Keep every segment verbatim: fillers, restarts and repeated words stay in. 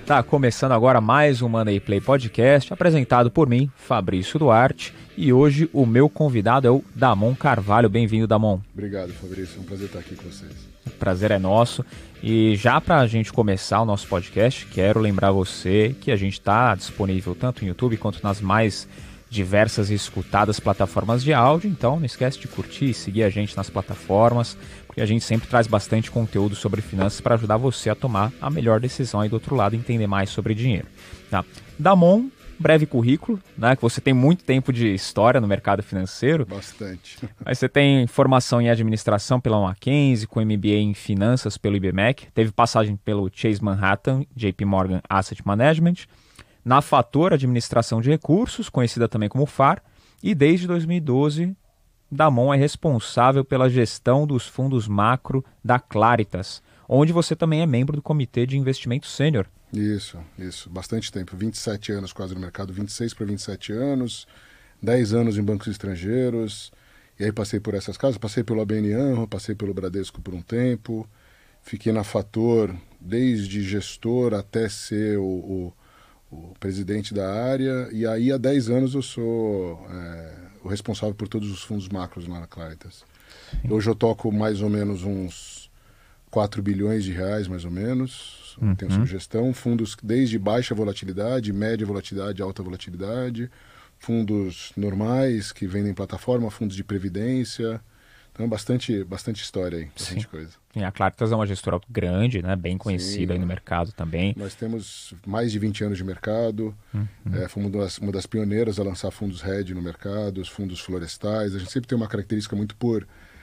Tá começando agora mais um Money Play Podcast, apresentado por mim, Fabrício Duarte, e hoje o meu convidado é o Damon Carvalho. Bem-vindo, Damon. Obrigado, Fabrício. É um prazer estar aqui com vocês. O prazer é nosso. E já para a gente começar o nosso podcast, quero lembrar você que a gente está disponível tanto no YouTube quanto nas mais diversas e escutadas plataformas de áudio. Então não esquece de curtir e seguir a gente nas plataformas, porque a gente sempre traz bastante conteúdo sobre finanças para ajudar você a tomar a melhor decisão aí do outro lado e entender mais sobre dinheiro. Tá? Damon, breve currículo, né? Que você tem muito tempo de história no mercado financeiro. Bastante. Mas você tem formação em administração pela Mackenzie, com M B A em finanças pelo I B M E C, teve passagem pelo Chase Manhattan, J P Morgan Asset Management, na Fator Administração de Recursos, conhecida também como F A R, e desde dois mil e doze, Damon é responsável pela gestão dos fundos macro da Claritas, onde você também é membro do Comitê de Investimento Sênior. Isso, isso. Bastante tempo. vinte e sete anos quase no mercado, vinte e seis para vinte e sete anos, dez anos em bancos estrangeiros, e aí passei por essas casas, passei pelo A B N AMRO, passei pelo Bradesco por um tempo, fiquei na Fator desde gestor até ser o... o o presidente da área, e aí há dez anos eu sou é, o responsável por todos os fundos macros lá na Claritas. Sim. Hoje eu toco mais ou menos uns quatro bilhões de reais, mais ou menos, uhum. Tenho sugestão, fundos desde baixa volatilidade, média volatilidade, alta volatilidade, fundos normais que vendem plataforma, fundos de previdência. Então, bastante, bastante história aí, bastante Sim. coisa. Sim, a Claritas é uma gestora grande, né? Bem conhecida. Sim, aí no mercado também. Nós temos mais de vinte anos de mercado, uhum. é, fomos uma das, uma das pioneiras a lançar fundos hedge no mercado, os fundos florestais. A gente sempre tem uma característica muito por,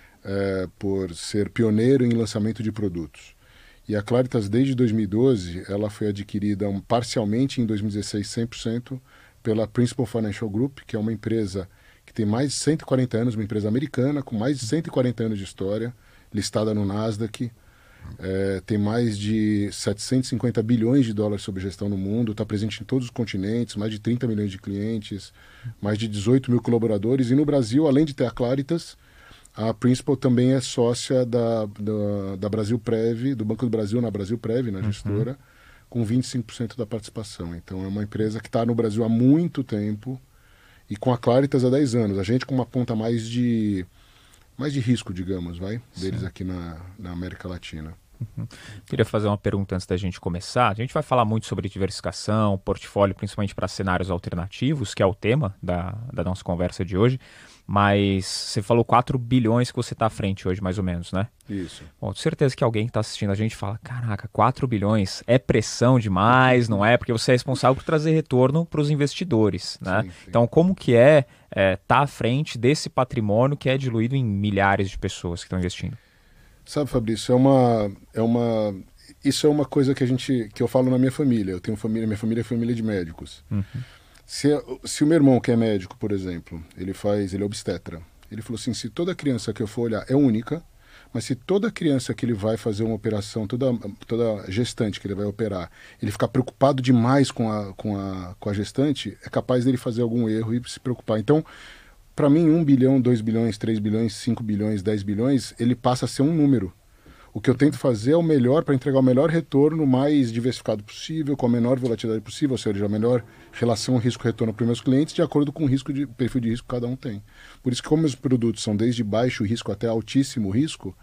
é, por ser pioneiro em lançamento de produtos. E a Claritas, desde dois mil e doze, ela foi adquirida um, parcialmente em dois mil e dezesseis, cem por cento, pela Principal Financial Group, que é uma empresa que tem mais de cento e quarenta anos, uma empresa americana com mais de cento e quarenta anos de história, listada no Nasdaq, é, tem mais de setecentos e cinquenta bilhões de dólares sob gestão no mundo, está presente em todos os continentes, mais de trinta milhões de clientes, mais de dezoito mil colaboradores, e no Brasil, além de ter a Claritas, a Principal também é sócia da, da, da Brasil Prev, do Banco do Brasil na Brasil Prev, na gestora, uhum. com vinte e cinco por cento da participação. Então é uma empresa que está no Brasil há muito tempo, e com a Claritas há dez anos. A gente com uma ponta mais de, mais de risco, digamos, vai, deles Sim. aqui na, na América Latina. Uhum. Queria fazer uma pergunta antes da gente começar. A gente vai falar muito sobre diversificação, portfólio, principalmente para cenários alternativos, que é o tema da, da nossa conversa de hoje. Mas você falou quatro bilhões que você está à frente hoje, mais ou menos, né? Isso. Bom, tenho certeza que alguém que está assistindo a gente fala, caraca, quatro bilhões é pressão demais, não é? Porque você é responsável por trazer retorno para os investidores, né? Sim, sim. Então, como que é estar é, tá à frente desse patrimônio que é diluído em milhares de pessoas que estão investindo? Sabe, Fabrício, é uma, é uma, isso é uma coisa que, a gente, que eu falo na minha família. Eu tenho família, minha família é família de médicos. Uhum. Se, se o meu irmão, que é médico, por exemplo, ele faz, ele é obstetra, ele falou assim, se toda criança que eu for olhar é única, mas se toda criança que ele vai fazer uma operação, toda, toda gestante que ele vai operar, ele ficar preocupado demais com a, com, a, com a gestante, é capaz dele fazer algum erro e se preocupar. Então, para mim, um bilhão, dois bilhões, três bilhões, cinco bilhões, dez bilhões, ele passa a ser um número. O que eu tento fazer é o melhor para entregar o melhor retorno, o mais diversificado possível, com a menor volatilidade possível, ou seja, a melhor relação risco-retorno para os meus clientes, de acordo com o risco de, perfil de risco que cada um tem. Por isso que, como os produtos são desde baixo risco até altíssimo risco,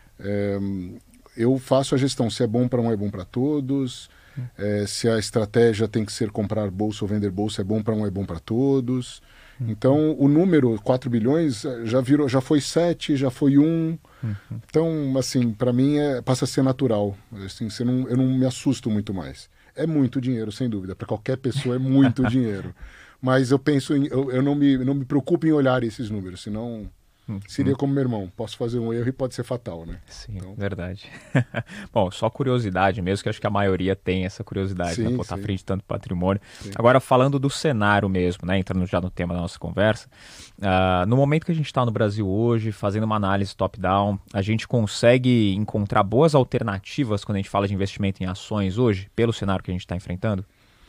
é, eu faço a gestão. Se é bom para um, é bom para todos. É, se a estratégia tem que ser comprar bolsa ou vender bolsa, é bom para um, é bom para todos. Então, o número quatro bilhões já virou, já foi sete, já foi um. Uhum. Então, assim, para mim é, passa a ser natural. Assim, você não, eu não me assusto muito mais. É muito dinheiro, sem dúvida. Para qualquer pessoa é muito dinheiro. Mas eu penso em, eu, eu não me, não me preocupo em olhar esses números, senão Uhum. seria como meu irmão. Posso fazer um erro e pode ser fatal, né? Sim, então... verdade. Bom, só curiosidade mesmo, que acho que a maioria tem essa curiosidade, sim, né? Pô, tá à frente de tanto patrimônio. Sim. Agora, falando do cenário mesmo, né? Entrando já no tema da nossa conversa, uh, no momento que a gente está no Brasil hoje, fazendo uma análise top-down, a gente consegue encontrar boas alternativas quando a gente fala de investimento em ações hoje, pelo cenário que a gente está enfrentando?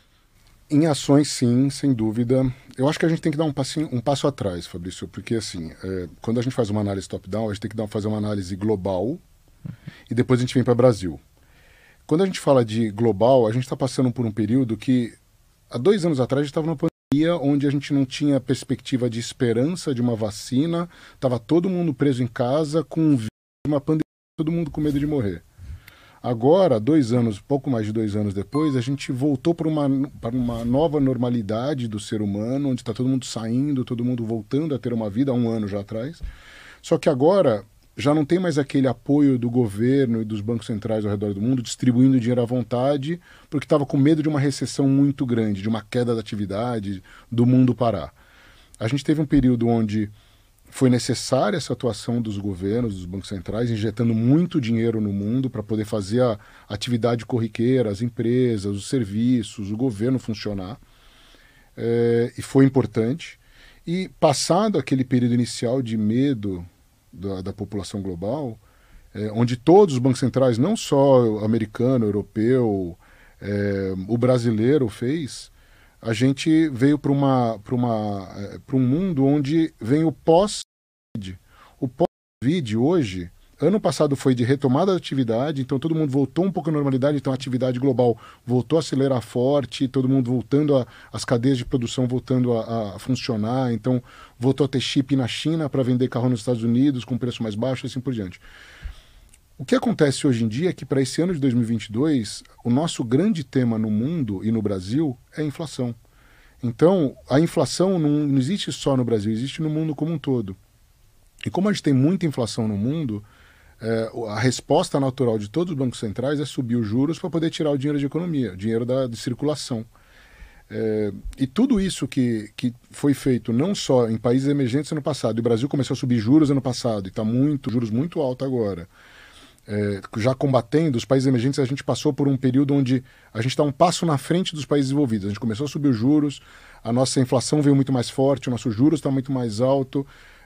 Em ações, sim, sem dúvida. Eu acho que a gente tem que dar um, passinho, um passo atrás, Fabrício, porque assim, é, quando a gente faz uma análise top-down, a gente tem que dar, fazer uma análise global uhum. e depois a gente vem para o Brasil. quando a gente fala de global, a gente está passando por um período que, há dois anos atrás, a gente estava numa pandemia onde a gente não tinha perspectiva de esperança de uma vacina, estava todo mundo preso em casa com um vírus, uma pandemia, todo mundo com medo de morrer. Agora, dois anos, pouco mais de dois anos depois, a gente voltou para uma, para uma nova normalidade do ser humano, onde está todo mundo saindo, todo mundo voltando a ter uma vida, há um ano já atrás. Só que agora já não tem mais aquele apoio do governo e dos bancos centrais ao redor do mundo distribuindo dinheiro à vontade, porque estava com medo de uma recessão muito grande, de uma queda da atividade, do mundo parar. A gente teve um período onde foi necessária essa atuação dos governos, dos bancos centrais, injetando muito dinheiro no mundo para poder fazer a atividade corriqueira, as empresas, os serviços, o governo funcionar. É, e foi importante. E passado aquele período inicial de medo da, da população global, é, onde todos os bancos centrais, não só o americano, o europeu, é, o brasileiro fez, a gente veio para uma, para uma, para um mundo onde vem o pós-Covid. O pós-Covid hoje, ano passado foi de retomada da atividade, então todo mundo voltou um pouco à normalidade, então a atividade global voltou a acelerar forte, todo mundo voltando, a, as cadeias de produção voltando a, a funcionar, então voltou a ter chip na China para vender carro nos Estados Unidos com preço mais baixo e assim por diante. O que acontece hoje em dia é que para esse ano de dois mil e vinte e dois, o nosso grande tema no mundo e no Brasil é a inflação. Então, a inflação não, não existe só no Brasil, existe no mundo como um todo. E como a gente tem muita inflação no mundo, é, a resposta natural de todos os bancos centrais é subir os juros para poder tirar o dinheiro de economia, o dinheiro da, de circulação. É, e tudo isso que, que foi feito não só em países emergentes ano passado, e o Brasil começou a subir juros ano passado, e está muito, juros muito altos agora. É, já combatendo os países emergentes, a gente passou por um período onde a gente está um passo na frente dos países desenvolvidos. A gente começou a subir os juros, a nossa inflação veio muito mais forte, o nosso juros está muito mais alto.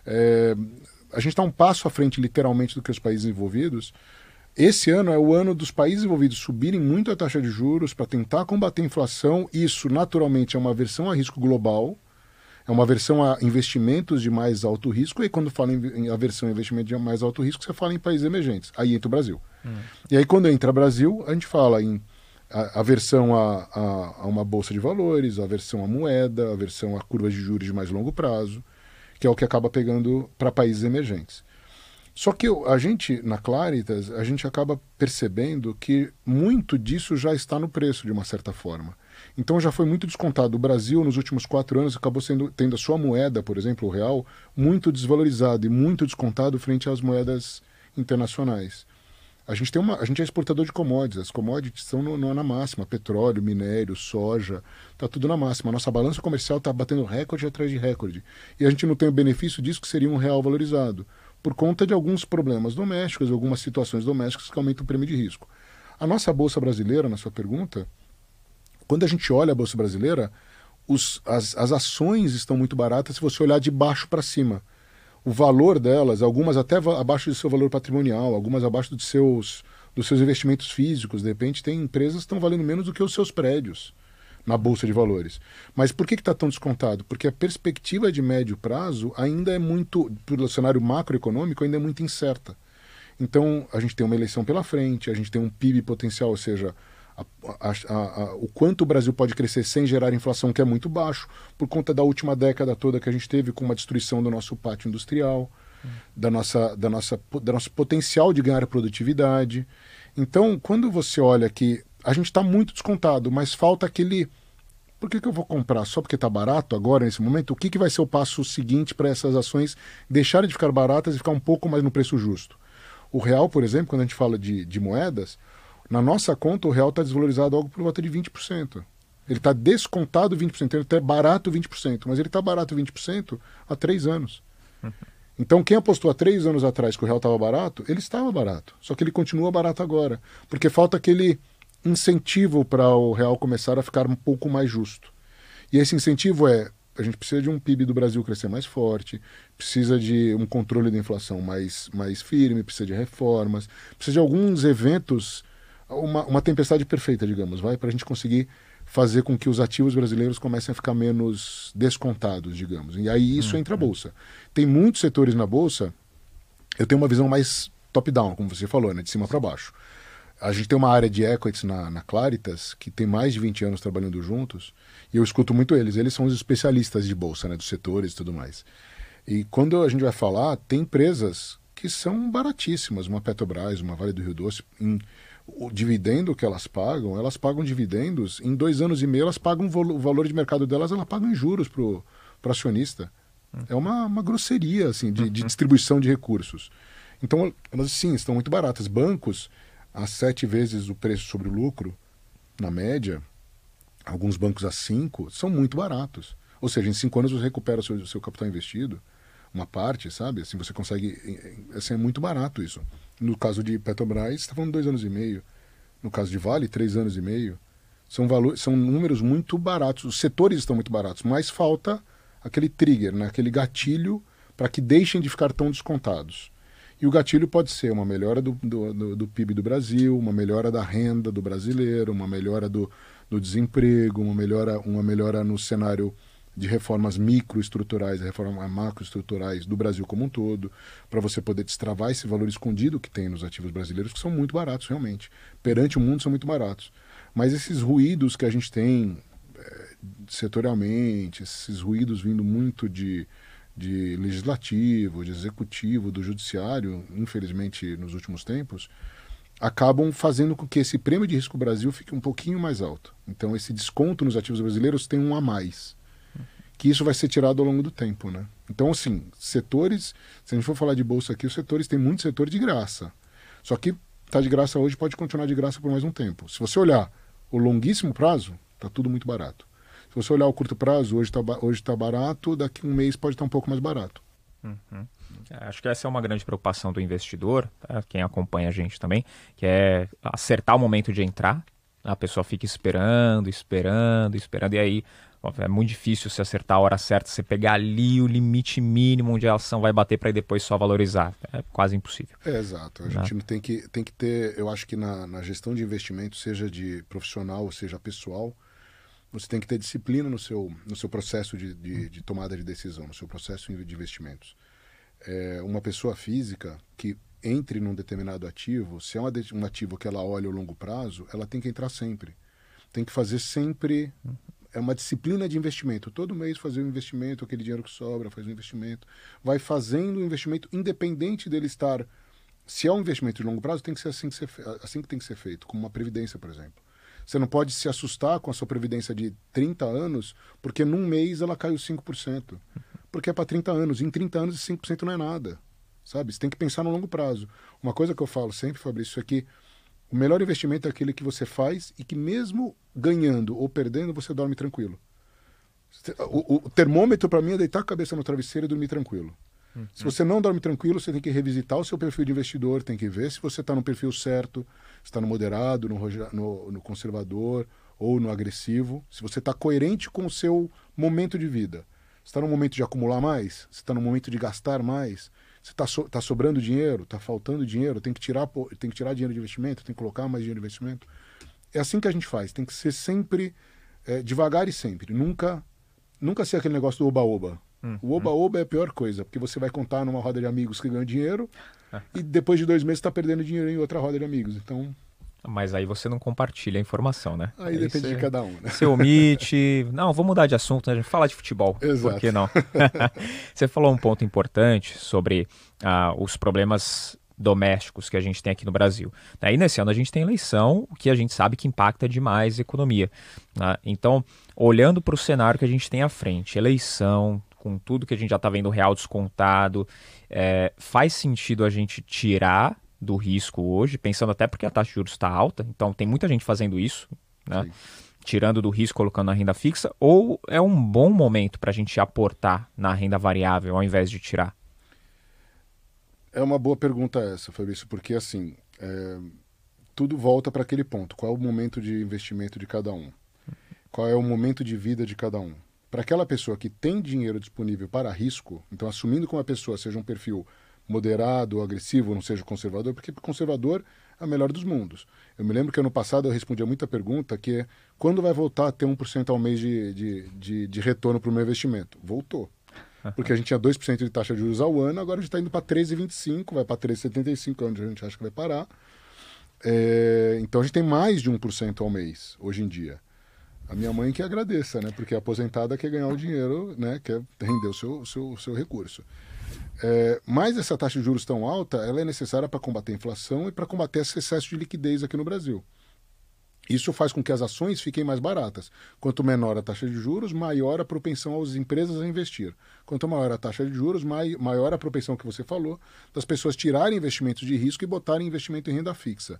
É, a gente está um passo à frente, literalmente, do que os países desenvolvidos. Esse ano é o ano dos países desenvolvidos subirem muito a taxa de juros para tentar combater a inflação. Isso, naturalmente, é uma aversão a risco global. É uma aversão a investimentos de mais alto risco, e quando fala em aversão a investimento de mais alto risco, você fala em países emergentes. Aí entra o Brasil. Hum. E aí, quando entra o Brasil, a gente fala em aversão a, a, a uma bolsa de valores, aversão à moeda, aversão a curvas de juros de mais longo prazo, que é o que acaba pegando para países emergentes. Só que a gente, na Claritas, a gente acaba percebendo que muito disso já está no preço, de uma certa forma. Então já foi muito descontado. O Brasil, nos últimos quatro anos, acabou sendo, tendo a sua moeda, por exemplo, o real, muito desvalorizado e muito descontado frente às moedas internacionais. A gente, tem uma, a gente é exportador de commodities. As commodities estão no, no, na máxima. Petróleo, minério, soja, está tudo na máxima. A nossa balança comercial está batendo recorde atrás de recorde. E a gente não tem o benefício disso, que seria um real valorizado, por conta de alguns problemas domésticos, algumas situações domésticas que aumentam o prêmio de risco. A nossa Bolsa Brasileira, na sua pergunta, quando a gente olha a Bolsa Brasileira, os, as, as ações estão muito baratas se você olhar de baixo para cima. O valor delas, algumas até abaixo do seu valor patrimonial, algumas abaixo dos seus, dos seus investimentos físicos. De repente, tem empresas que estão valendo menos do que os seus prédios na Bolsa de Valores. Mas por que está tão descontado? Porque a perspectiva de médio prazo ainda é muito, pelo cenário macroeconômico, ainda é muito incerta. Então, a gente tem uma eleição pela frente, a gente tem um P I B potencial, ou seja, a, a, a, a, o quanto o Brasil pode crescer sem gerar inflação, que é muito baixo, por conta da última década toda que a gente teve com uma destruição do nosso pátio industrial, hum. da, nossa, da, nossa, da nosso potencial de ganhar produtividade. Então, quando você olha que a gente está muito descontado, mas falta aquele... Por que, que eu vou comprar? Só porque está barato agora, nesse momento? O que, que vai ser o passo seguinte para essas ações deixarem de ficar baratas e ficar um pouco mais no preço justo? O real, por exemplo, quando a gente fala de, de moedas, na nossa conta o real está desvalorizado algo por volta de vinte por cento. Ele está descontado vinte por cento, ele está barato vinte por cento, mas ele está barato vinte por cento há três anos. Então quem apostou há três anos atrás que o real estava barato, ele estava barato, só que ele continua barato agora, porque falta aquele incentivo para o real começar a ficar um pouco mais justo. E esse incentivo é, a gente precisa de um P I B do Brasil crescer mais forte, precisa de um controle da inflação mais, mais firme, precisa de reformas, precisa de alguns eventos, uma, uma tempestade perfeita, digamos, vai, para a gente conseguir fazer com que os ativos brasileiros comecem a ficar menos descontados, digamos. E aí isso hum, entra a Bolsa. Tem muitos setores na Bolsa, eu tenho uma visão mais top-down, como você falou, né, de cima para baixo. a gente tem uma área de equities na, na Claritas que tem mais de vinte anos trabalhando juntos e eu escuto muito eles. Eles são os especialistas de bolsa, né, dos setores e tudo mais. E quando a gente vai falar, tem empresas que são baratíssimas, uma Petrobras, uma Vale do Rio Doce, em, o dividendo que elas pagam, elas pagam dividendos, em dois anos e meio elas pagam o valor de mercado delas, elas pagam em juros para o acionista. É uma, uma grosseria assim, de, de distribuição de recursos. Então, elas sim, estão muito baratas. Bancos, a sete vezes o preço sobre o lucro, na média, alguns bancos a cinco, são muito baratos. Ou seja, em cinco anos você recupera o seu, seu capital investido, uma parte, sabe? Assim, você consegue... Assim, é muito barato isso. No caso de Petrobras, você está falando dois anos e meio. No caso de Vale, três anos e meio. São, valor, são números muito baratos. Os setores estão muito baratos, mas falta aquele trigger, né? Aquele gatilho para que deixem de ficar tão descontados. E o gatilho pode ser uma melhora do, do, do, do P I B do Brasil, uma melhora da renda do brasileiro, uma melhora do, do desemprego, uma melhora, uma melhora no cenário de reformas microestruturais, reformas macroestruturais do Brasil como um todo, para você poder destravar esse valor escondido que tem nos ativos brasileiros, que são muito baratos realmente. Perante o mundo são muito baratos. Mas esses ruídos que a gente tem é, setorialmente, esses ruídos vindo muito de, de legislativo, de executivo, do judiciário, infelizmente nos últimos tempos, acabam fazendo com que esse prêmio de risco Brasil fique um pouquinho mais alto. Então esse desconto nos ativos brasileiros tem um a mais. Que isso vai ser tirado ao longo do tempo, né? Então, assim, setores, se a gente for falar de bolsa aqui, os setores, tem muito setor de graça. Só que tá de graça hoje, pode continuar de graça por mais um tempo. Se você olhar o longuíssimo prazo, tá tudo muito barato. Se você olhar o curto prazo, hoje tá, hoje tá barato, daqui a um mês pode estar um pouco mais barato. Uhum. Acho que essa é uma grande preocupação do investidor, tá? Quem acompanha a gente também, que é acertar o momento de entrar. A pessoa fica esperando, esperando, esperando, e aí é muito difícil você acertar a hora certa, você pegar ali o limite mínimo onde a ação vai bater para depois só valorizar. É quase impossível. É, exato. A Né? gente não tem que, tem que ter, eu acho que na, na gestão de investimento, seja de profissional ou seja pessoal, você tem que ter disciplina no seu, no seu processo de, de, de tomada de decisão, no seu processo de investimentos. É, uma pessoa física que entre num determinado ativo, se é uma, um ativo que ela olha a longo prazo, ela tem que entrar sempre. Tem que fazer sempre... É uma disciplina de investimento. Todo mês fazer um investimento, aquele dinheiro que sobra, faz um investimento. Vai fazendo um investimento independente dele estar... Se é um investimento de longo prazo, tem que ser assim que, ser, assim que tem que ser feito, como uma previdência, por exemplo. Você não pode se assustar com a sua previdência de trinta anos, porque num mês ela caiu cinco por cento. Porque é para trinta anos. Em trinta anos, cinco por cento não é nada. Sabe? Você tem que pensar no longo prazo. Uma coisa que eu falo sempre, Fabrício, é que o melhor investimento é aquele que você faz e que mesmo ganhando ou perdendo, você dorme tranquilo. O, o, o termômetro para mim é deitar a cabeça no travesseiro e dormir tranquilo. Uhum. Se você não dorme tranquilo, você tem que revisitar o seu perfil de investidor, tem que ver se você está no perfil certo, se está no moderado, no, no, no conservador ou no agressivo. Se você está coerente com o seu momento de vida. Você está no momento de acumular mais? Você está no momento de gastar mais? Você está so, tá sobrando dinheiro? Está faltando dinheiro? Tem que, tirar, tem que tirar dinheiro de investimento? Tem que colocar mais dinheiro de investimento? É assim que a gente faz. Tem que ser sempre, é, devagar e sempre. Nunca, nunca ser aquele negócio do oba-oba. Uhum. O oba-oba é a pior coisa, porque você vai contar numa roda de amigos que ganham dinheiro e depois de dois meses está perdendo dinheiro em outra roda de amigos. Então... Mas aí você não compartilha a informação, né? Aí, aí depende você, de cada um, né? Você omite... Não, vou mudar de assunto, né? Falar de futebol. Exato. Por que não? Você falou um ponto importante sobre ah, os problemas domésticos que a gente tem aqui no Brasil. Aí nesse ano a gente tem eleição, o que a gente sabe que impacta demais a economia. Né? Então, olhando para o cenário que a gente tem à frente, eleição, com tudo que a gente já está vendo real descontado, é, faz sentido a gente tirar do risco hoje, pensando até porque a taxa de juros está alta, então tem muita gente fazendo isso, né? Tirando do risco, colocando na renda fixa, ou é um bom momento para a gente aportar na renda variável ao invés de tirar? É uma boa pergunta essa, Fabrício, porque assim, é, tudo volta para aquele ponto. Qual é o momento de investimento de cada um? Qual é o momento de vida de cada um? Para aquela pessoa que tem dinheiro disponível para risco, então assumindo que uma pessoa seja um perfil moderado ou agressivo, não seja conservador, porque conservador é a melhor dos mundos. Eu me lembro que ano passado eu respondia muita pergunta que é quando vai voltar a ter um por cento ao mês de, de, de, de retorno para o meu investimento? Voltou. Porque a gente tinha dois por cento de taxa de juros ao ano, agora a gente está indo para treze vírgula vinte e cinco, vai para treze vírgula setenta e cinco, é onde a gente acha que vai parar. É, então a gente tem mais de um por cento ao mês, hoje em dia. A minha mãe que agradeça, né? Porque a aposentada quer ganhar o dinheiro, né? Quer render o seu, o seu, o seu recurso. É, mas essa taxa de juros tão alta, ela é necessária para combater a inflação e para combater esse excesso de liquidez aqui no Brasil. Isso faz com que as ações fiquem mais baratas. Quanto menor a taxa de juros, maior a propensão das empresas a investir. Quanto maior a taxa de juros, maior a propensão que você falou das pessoas tirarem investimentos de risco e botarem investimento em renda fixa.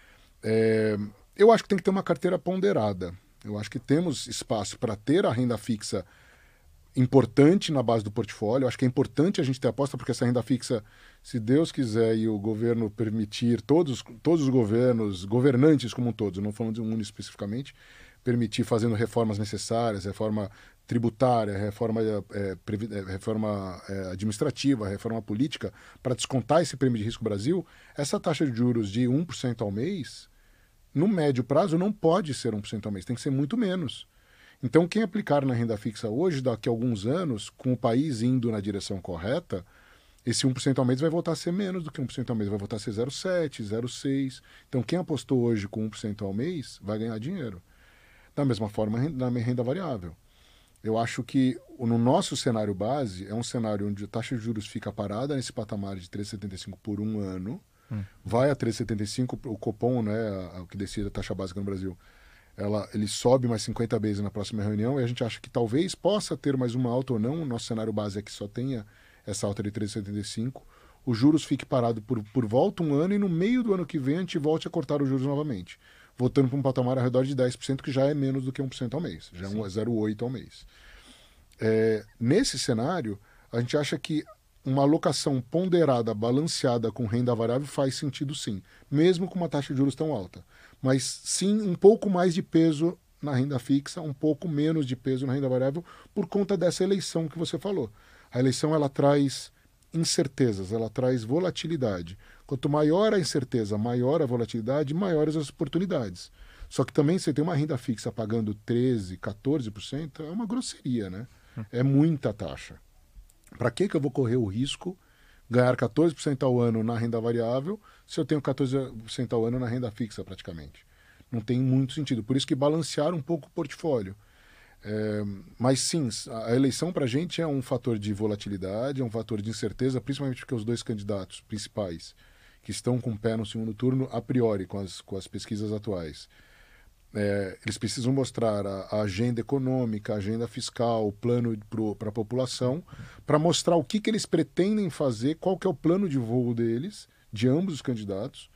É, eu acho que tem que ter uma carteira ponderada. Eu acho que temos espaço para ter a renda fixa importante na base do portfólio. Eu acho que é importante a gente ter aposta, porque essa renda fixa, se Deus quiser e o governo permitir, todos, todos os governos, governantes como um todo, não falando de um especificamente, permitir fazendo reformas necessárias, reforma tributária, reforma, é, previ, é, reforma é, administrativa, reforma política, para descontar esse prêmio de risco Brasil, essa taxa de juros de um por cento ao mês, no médio prazo, não pode ser um por cento ao mês, tem que ser muito menos. Então, quem aplicar na renda fixa hoje, daqui a alguns anos, com o país indo na direção correta, esse um por cento ao mês vai voltar a ser menos do que um por cento ao mês, vai voltar a ser zero vírgula sete, zero vírgula seis. Então, quem apostou hoje com um por cento ao mês vai ganhar dinheiro. Da mesma forma, na renda variável. Eu acho que no nosso cenário base, é um cenário onde a taxa de juros fica parada nesse patamar de três vírgula setenta e cinco por um ano, hum. vai a três vírgula setenta e cinco, o Copom, né, o que decide a taxa básica no Brasil, Ela, ele sobe mais cinquenta vezes na próxima reunião e a gente acha que talvez possa ter mais uma alta ou não. O nosso cenário base é que só tenha essa alta de três vírgula setenta e cinco. Os juros fique parado por, por volta um ano e no meio do ano que vem a gente volte a cortar os juros novamente, voltando para um patamar ao redor de dez por cento, que já é menos do que um por cento ao mês, já é um zero vírgula oito por cento ao mês. É, nesse cenário, a gente acha que uma alocação ponderada, balanceada com renda variável faz sentido sim, mesmo com uma taxa de juros tão alta. Mas sim um pouco mais de peso na renda fixa, um pouco menos de peso na renda variável, por conta dessa eleição que você falou. A eleição ela traz incertezas, ela traz volatilidade. Quanto maior a incerteza, maior a volatilidade, maiores as oportunidades. Só que também você tem uma renda fixa pagando treze por cento, quatorze por cento, é uma grosseria, né? É muita taxa. Para que que eu vou correr o risco ganhar quatorze por cento ao ano na renda variável se eu tenho quatorze por cento ao ano na renda fixa praticamente? Não tem muito sentido. Por isso que balancear um pouco o portfólio. É, mas sim, a eleição para a gente é um fator de volatilidade, é um fator de incerteza, principalmente porque os dois candidatos principais que estão com o pé no segundo turno, a priori, com as, com as pesquisas atuais, É, eles precisam mostrar a, a agenda econômica, a agenda fiscal, o plano para a população, para mostrar o que, que eles pretendem fazer, qual que é o plano de voo deles, de ambos os candidatos,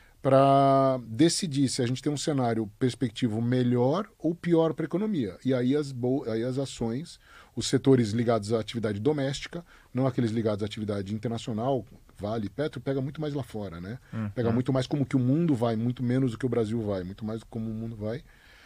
para decidir se a gente tem um cenário perspectivo melhor ou pior para a economia. E aí as, aí as ações, os setores ligados à atividade doméstica, não aqueles ligados à atividade internacional, Vale, Petro, pega muito mais lá fora, né? Uhum. Pega muito mais como que o mundo vai, muito menos do que o Brasil vai, muito mais como o mundo vai.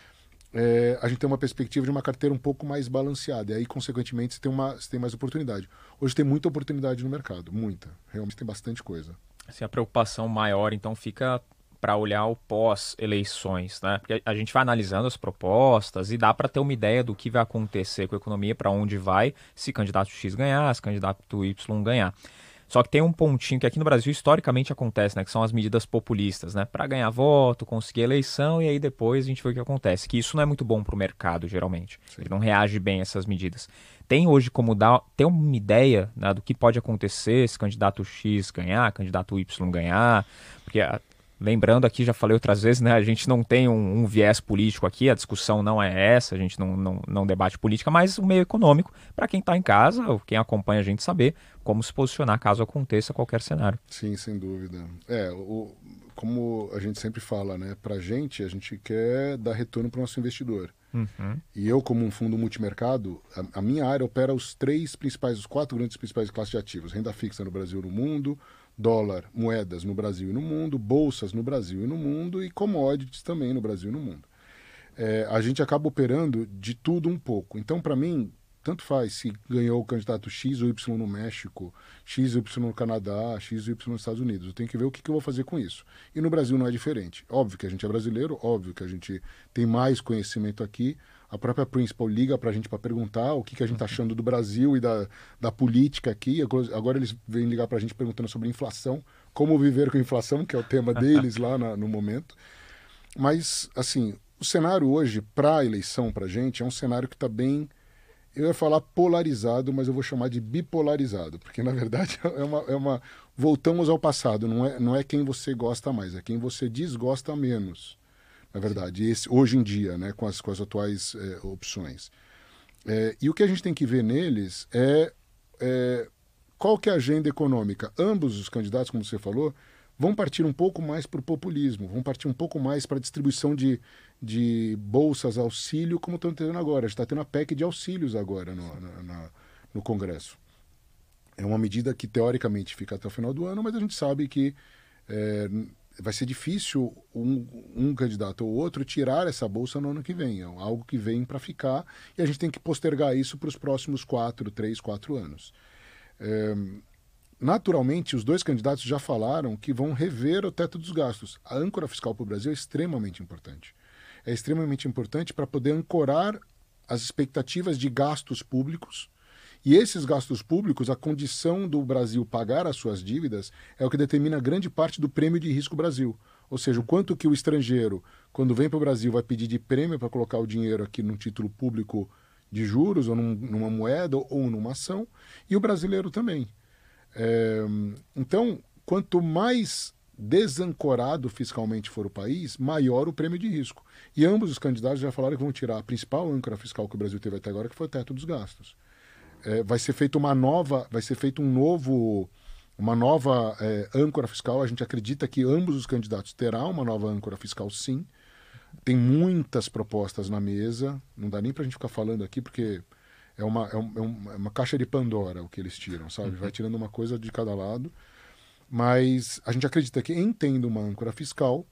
É, a gente tem uma perspectiva de uma carteira um pouco mais balanceada, e aí, consequentemente, você tem, uma, você tem mais oportunidade. Hoje tem muita oportunidade no mercado, muita. Realmente tem bastante coisa. Assim, a preocupação maior, então, fica para olhar o pós-eleições, né? Porque a gente vai analisando as propostas e dá para ter uma ideia do que vai acontecer com a economia, para onde vai, se candidato X ganhar, se candidato Y ganhar. Só que tem um pontinho que aqui no Brasil historicamente acontece, né? Que são as medidas populistas, né? Para ganhar voto, conseguir eleição e aí depois a gente vê o que acontece. Que isso não é muito bom para o mercado, geralmente. Sim. Ele não reage bem a essas medidas. Tem hoje como dar, ter uma ideia, né, do que pode acontecer se candidato X ganhar, candidato Y ganhar, porque... Lembrando aqui, já falei outras vezes, né? A gente não tem um, um viés político aqui, a discussão não é essa, a gente não, não, não debate política, mas o meio econômico, para quem está em casa, ou quem acompanha a gente saber como se posicionar caso aconteça qualquer cenário. Sim, sem dúvida. É, o, como a gente sempre fala, né? Para a gente, a gente quer dar retorno para o nosso investidor. Uhum. E eu, como um fundo multimercado, a, a minha área opera os três principais, os quatro grandes principais classes de ativos. Renda fixa no Brasil e no mundo, dólar, moedas no Brasil e no mundo, bolsas no Brasil e no mundo e commodities também no Brasil e no mundo. É, a gente acaba operando de tudo um pouco. Então, para mim, tanto faz se ganhou o candidato X ou Y no México, X ou Y no Canadá, X ou Y nos Estados Unidos. Eu tenho que ver o que, que eu vou fazer com isso. E no Brasil não é diferente. Óbvio que a gente é brasileiro, óbvio que a gente tem mais conhecimento aqui. A própria Principal liga para a gente para perguntar o que, que a gente está achando do Brasil e da, da política aqui. Agora eles vêm ligar para a gente perguntando sobre inflação, como viver com inflação, que é o tema deles lá na, no momento. Mas, assim, o cenário hoje, para a eleição, para a gente, é um cenário que está bem, eu ia falar polarizado, mas eu vou chamar de bipolarizado, porque, na verdade, é uma, é uma... voltamos ao passado, não é, não é quem você gosta mais, é quem você desgosta menos, na verdade, esse, hoje em dia, né, com as, com as atuais é, opções. É, e o que a gente tem que ver neles é, é qual que é a agenda econômica. Ambos os candidatos, como você falou, vão partir um pouco mais para o populismo, vão partir um pouco mais para a distribuição de, de bolsas, auxílio, como estão tendo agora. A gente está tendo a P E C de auxílios agora no, na, na, no Congresso. É uma medida que, teoricamente, fica até o final do ano, mas a gente sabe que é, vai ser difícil um, um candidato ou outro tirar essa bolsa no ano que vem. É algo que vem para ficar e a gente tem que postergar isso para os próximos quatro, três, quatro anos. É, naturalmente, os dois candidatos já falaram que vão rever o teto dos gastos. A âncora fiscal para o Brasil é extremamente importante. É extremamente importante para poder ancorar as expectativas de gastos públicos. E esses gastos públicos, a condição do Brasil pagar as suas dívidas é o que determina grande parte do prêmio de risco Brasil. Ou seja, o quanto que o estrangeiro, quando vem para o Brasil, vai pedir de prêmio para colocar o dinheiro aqui num título público de juros, ou num, numa moeda, ou numa ação, e o brasileiro também. É, então, quanto mais desancorado fiscalmente for o país, maior o prêmio de risco. E ambos os candidatos já falaram que vão tirar a principal âncora fiscal que o Brasil teve até agora, que foi o teto dos gastos. É, vai ser feito uma nova, vai ser feito um novo, uma nova é, âncora fiscal. A gente acredita que ambos os candidatos terão uma nova âncora fiscal, sim. Tem muitas propostas na mesa, não dá nem para a gente ficar falando aqui, porque é uma, é, um, é uma caixa de Pandora o que eles tiram, sabe? Uhum. Vai tirando uma coisa de cada lado. Mas a gente acredita que, em tendo uma âncora fiscal,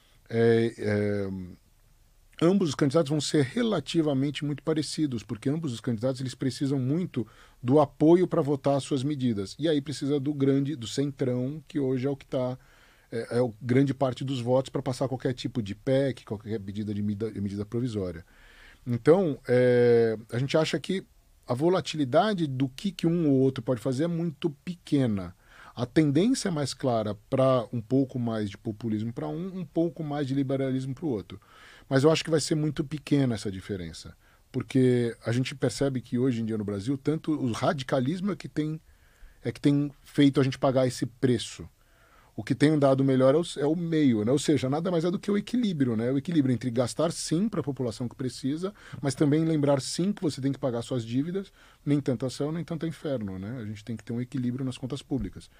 é, é, ambos os candidatos vão ser relativamente muito parecidos, porque ambos os candidatos eles precisam muito do apoio para votar as suas medidas. E aí precisa do grande, do centrão, que hoje é o que está... É, é a grande parte dos votos para passar qualquer tipo de P E C, qualquer medida de medida, de medida provisória. Então, é, a gente acha que a volatilidade do que, que um ou outro pode fazer é muito pequena. A tendência é mais clara para um pouco mais de populismo para um, um pouco mais de liberalismo para o outro. Mas eu acho que vai ser muito pequena essa diferença. Porque a gente percebe que hoje em dia no Brasil, tanto o radicalismo é que tem, é que tem feito a gente pagar esse preço. O que tem dado melhor é o, é o meio, né? Ou seja, nada mais é do que o equilíbrio, né? O equilíbrio entre gastar sim para a população que precisa, mas também lembrar sim que você tem que pagar suas dívidas, nem tanto a céu, nem tanto a inferno, né? A gente tem que ter um equilíbrio nas contas públicas.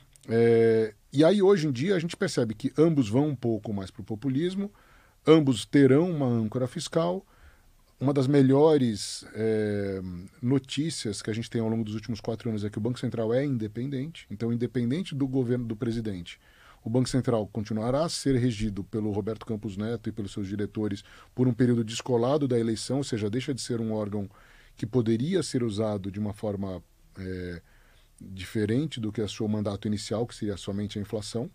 É, e aí, hoje em dia, a gente percebe que ambos vão um pouco mais para o populismo, ambos terão uma âncora fiscal. Uma das melhores é, notícias que a gente tem ao longo dos últimos quatro anos é que o Banco Central é independente. Então, independente do governo do presidente, o Banco Central continuará a ser regido pelo Roberto Campos Neto e pelos seus diretores por um período descolado da eleição, ou seja, deixa de ser um órgão que poderia ser usado de uma forma é, diferente do que o seu mandato inicial, que seria somente a inflação.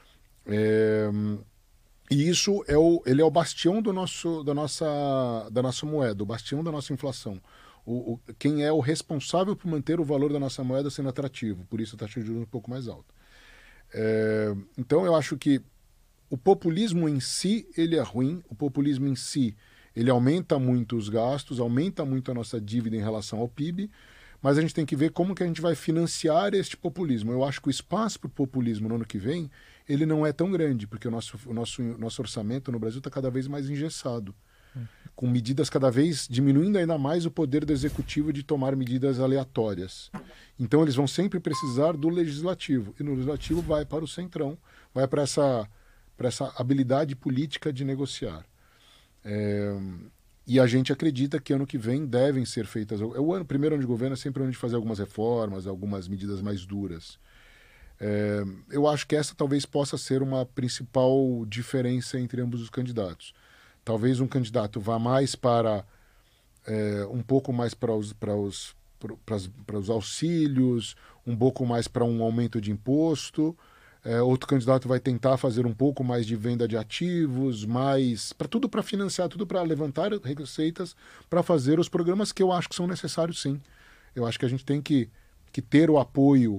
É, E isso é o, ele é o bastião do nosso, da, nossa, da nossa moeda, o bastião da nossa inflação. O, o, quem é o responsável por manter o valor da nossa moeda sendo atrativo, por isso a taxa de juros é um pouco mais alta. É, então eu acho que o populismo em si ele é ruim, o populismo em si ele aumenta muito os gastos, aumenta muito a nossa dívida em relação ao P I B, mas a gente tem que ver como que a gente vai financiar este populismo. Eu acho que o espaço para o populismo no ano que vem ele não é tão grande, porque o nosso, o nosso, nosso orçamento no Brasil está cada vez mais engessado, hum. com medidas cada vez diminuindo ainda mais o poder do executivo de tomar medidas aleatórias. Então eles vão sempre precisar do legislativo, e no legislativo vai para o centrão, vai para essa, para essa habilidade política de negociar. É... E a gente acredita que ano que vem devem ser feitas... O ano, primeiro ano de governo é sempre o ano de fazer algumas reformas, algumas medidas mais duras. É, eu acho que essa talvez possa ser uma principal diferença entre ambos os candidatos. Talvez um candidato vá mais para... É, um pouco mais para os, para, os, para, as, para os auxílios, um pouco mais para um aumento de imposto... É, outro candidato vai tentar fazer um pouco mais de venda de ativos, mais para tudo para financiar, tudo para levantar receitas, para fazer os programas que eu acho que são necessários sim. Eu acho que a gente tem que, que ter o apoio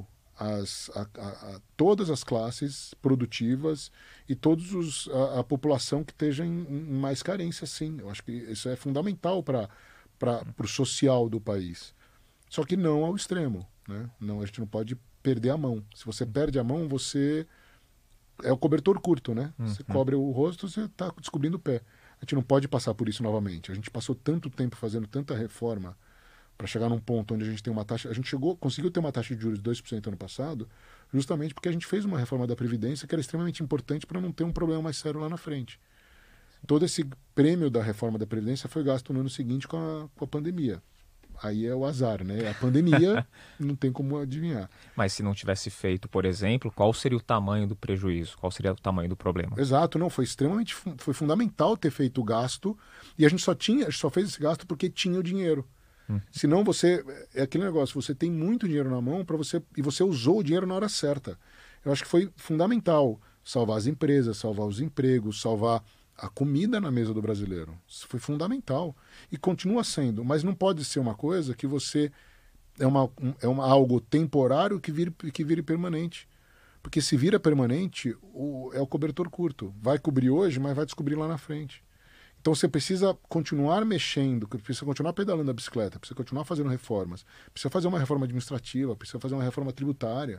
as, a, a, a, todas as classes produtivas e todos os, a, a população que esteja em, em mais carência, sim. Eu acho que isso é fundamental para o social do país. Só que não ao extremo, né? Não, a gente não pode perder a mão. Se você perde a mão, você... É o cobertor curto, né? Uhum. Você cobre o rosto, você está descobrindo o pé. A gente não pode passar por isso novamente. A gente passou tanto tempo fazendo tanta reforma para chegar num ponto onde a gente tem uma taxa... A gente chegou, conseguiu ter uma taxa de juros de dois por cento ano passado, justamente porque a gente fez uma reforma da Previdência que era extremamente importante para não ter um problema mais sério lá na frente. Todo esse prêmio da reforma da Previdência foi gasto no ano seguinte com a, com a pandemia. Aí é o azar, né? A pandemia não tem como adivinhar. Mas se não tivesse feito, por exemplo, qual seria o tamanho do prejuízo? Qual seria o tamanho do problema? Exato, não, foi extremamente, foi fundamental ter feito o gasto, e a gente só tinha, a gente só fez esse gasto porque tinha o dinheiro. Hum. Senão você, é aquele negócio, você tem muito dinheiro na mão para você, e você usou o dinheiro na hora certa. Eu acho que foi fundamental salvar as empresas, salvar os empregos, salvar a comida na mesa do brasileiro. Isso foi fundamental. E continua sendo. Mas não pode ser uma coisa que você... É, uma, é uma, algo temporário que vire, que vire permanente. Porque se vira permanente, o, é o cobertor curto. Vai cobrir hoje, mas vai descobrir lá na frente. Então você precisa continuar mexendo, precisa continuar pedalando a bicicleta, precisa continuar fazendo reformas, precisa fazer uma reforma administrativa, precisa fazer uma reforma tributária.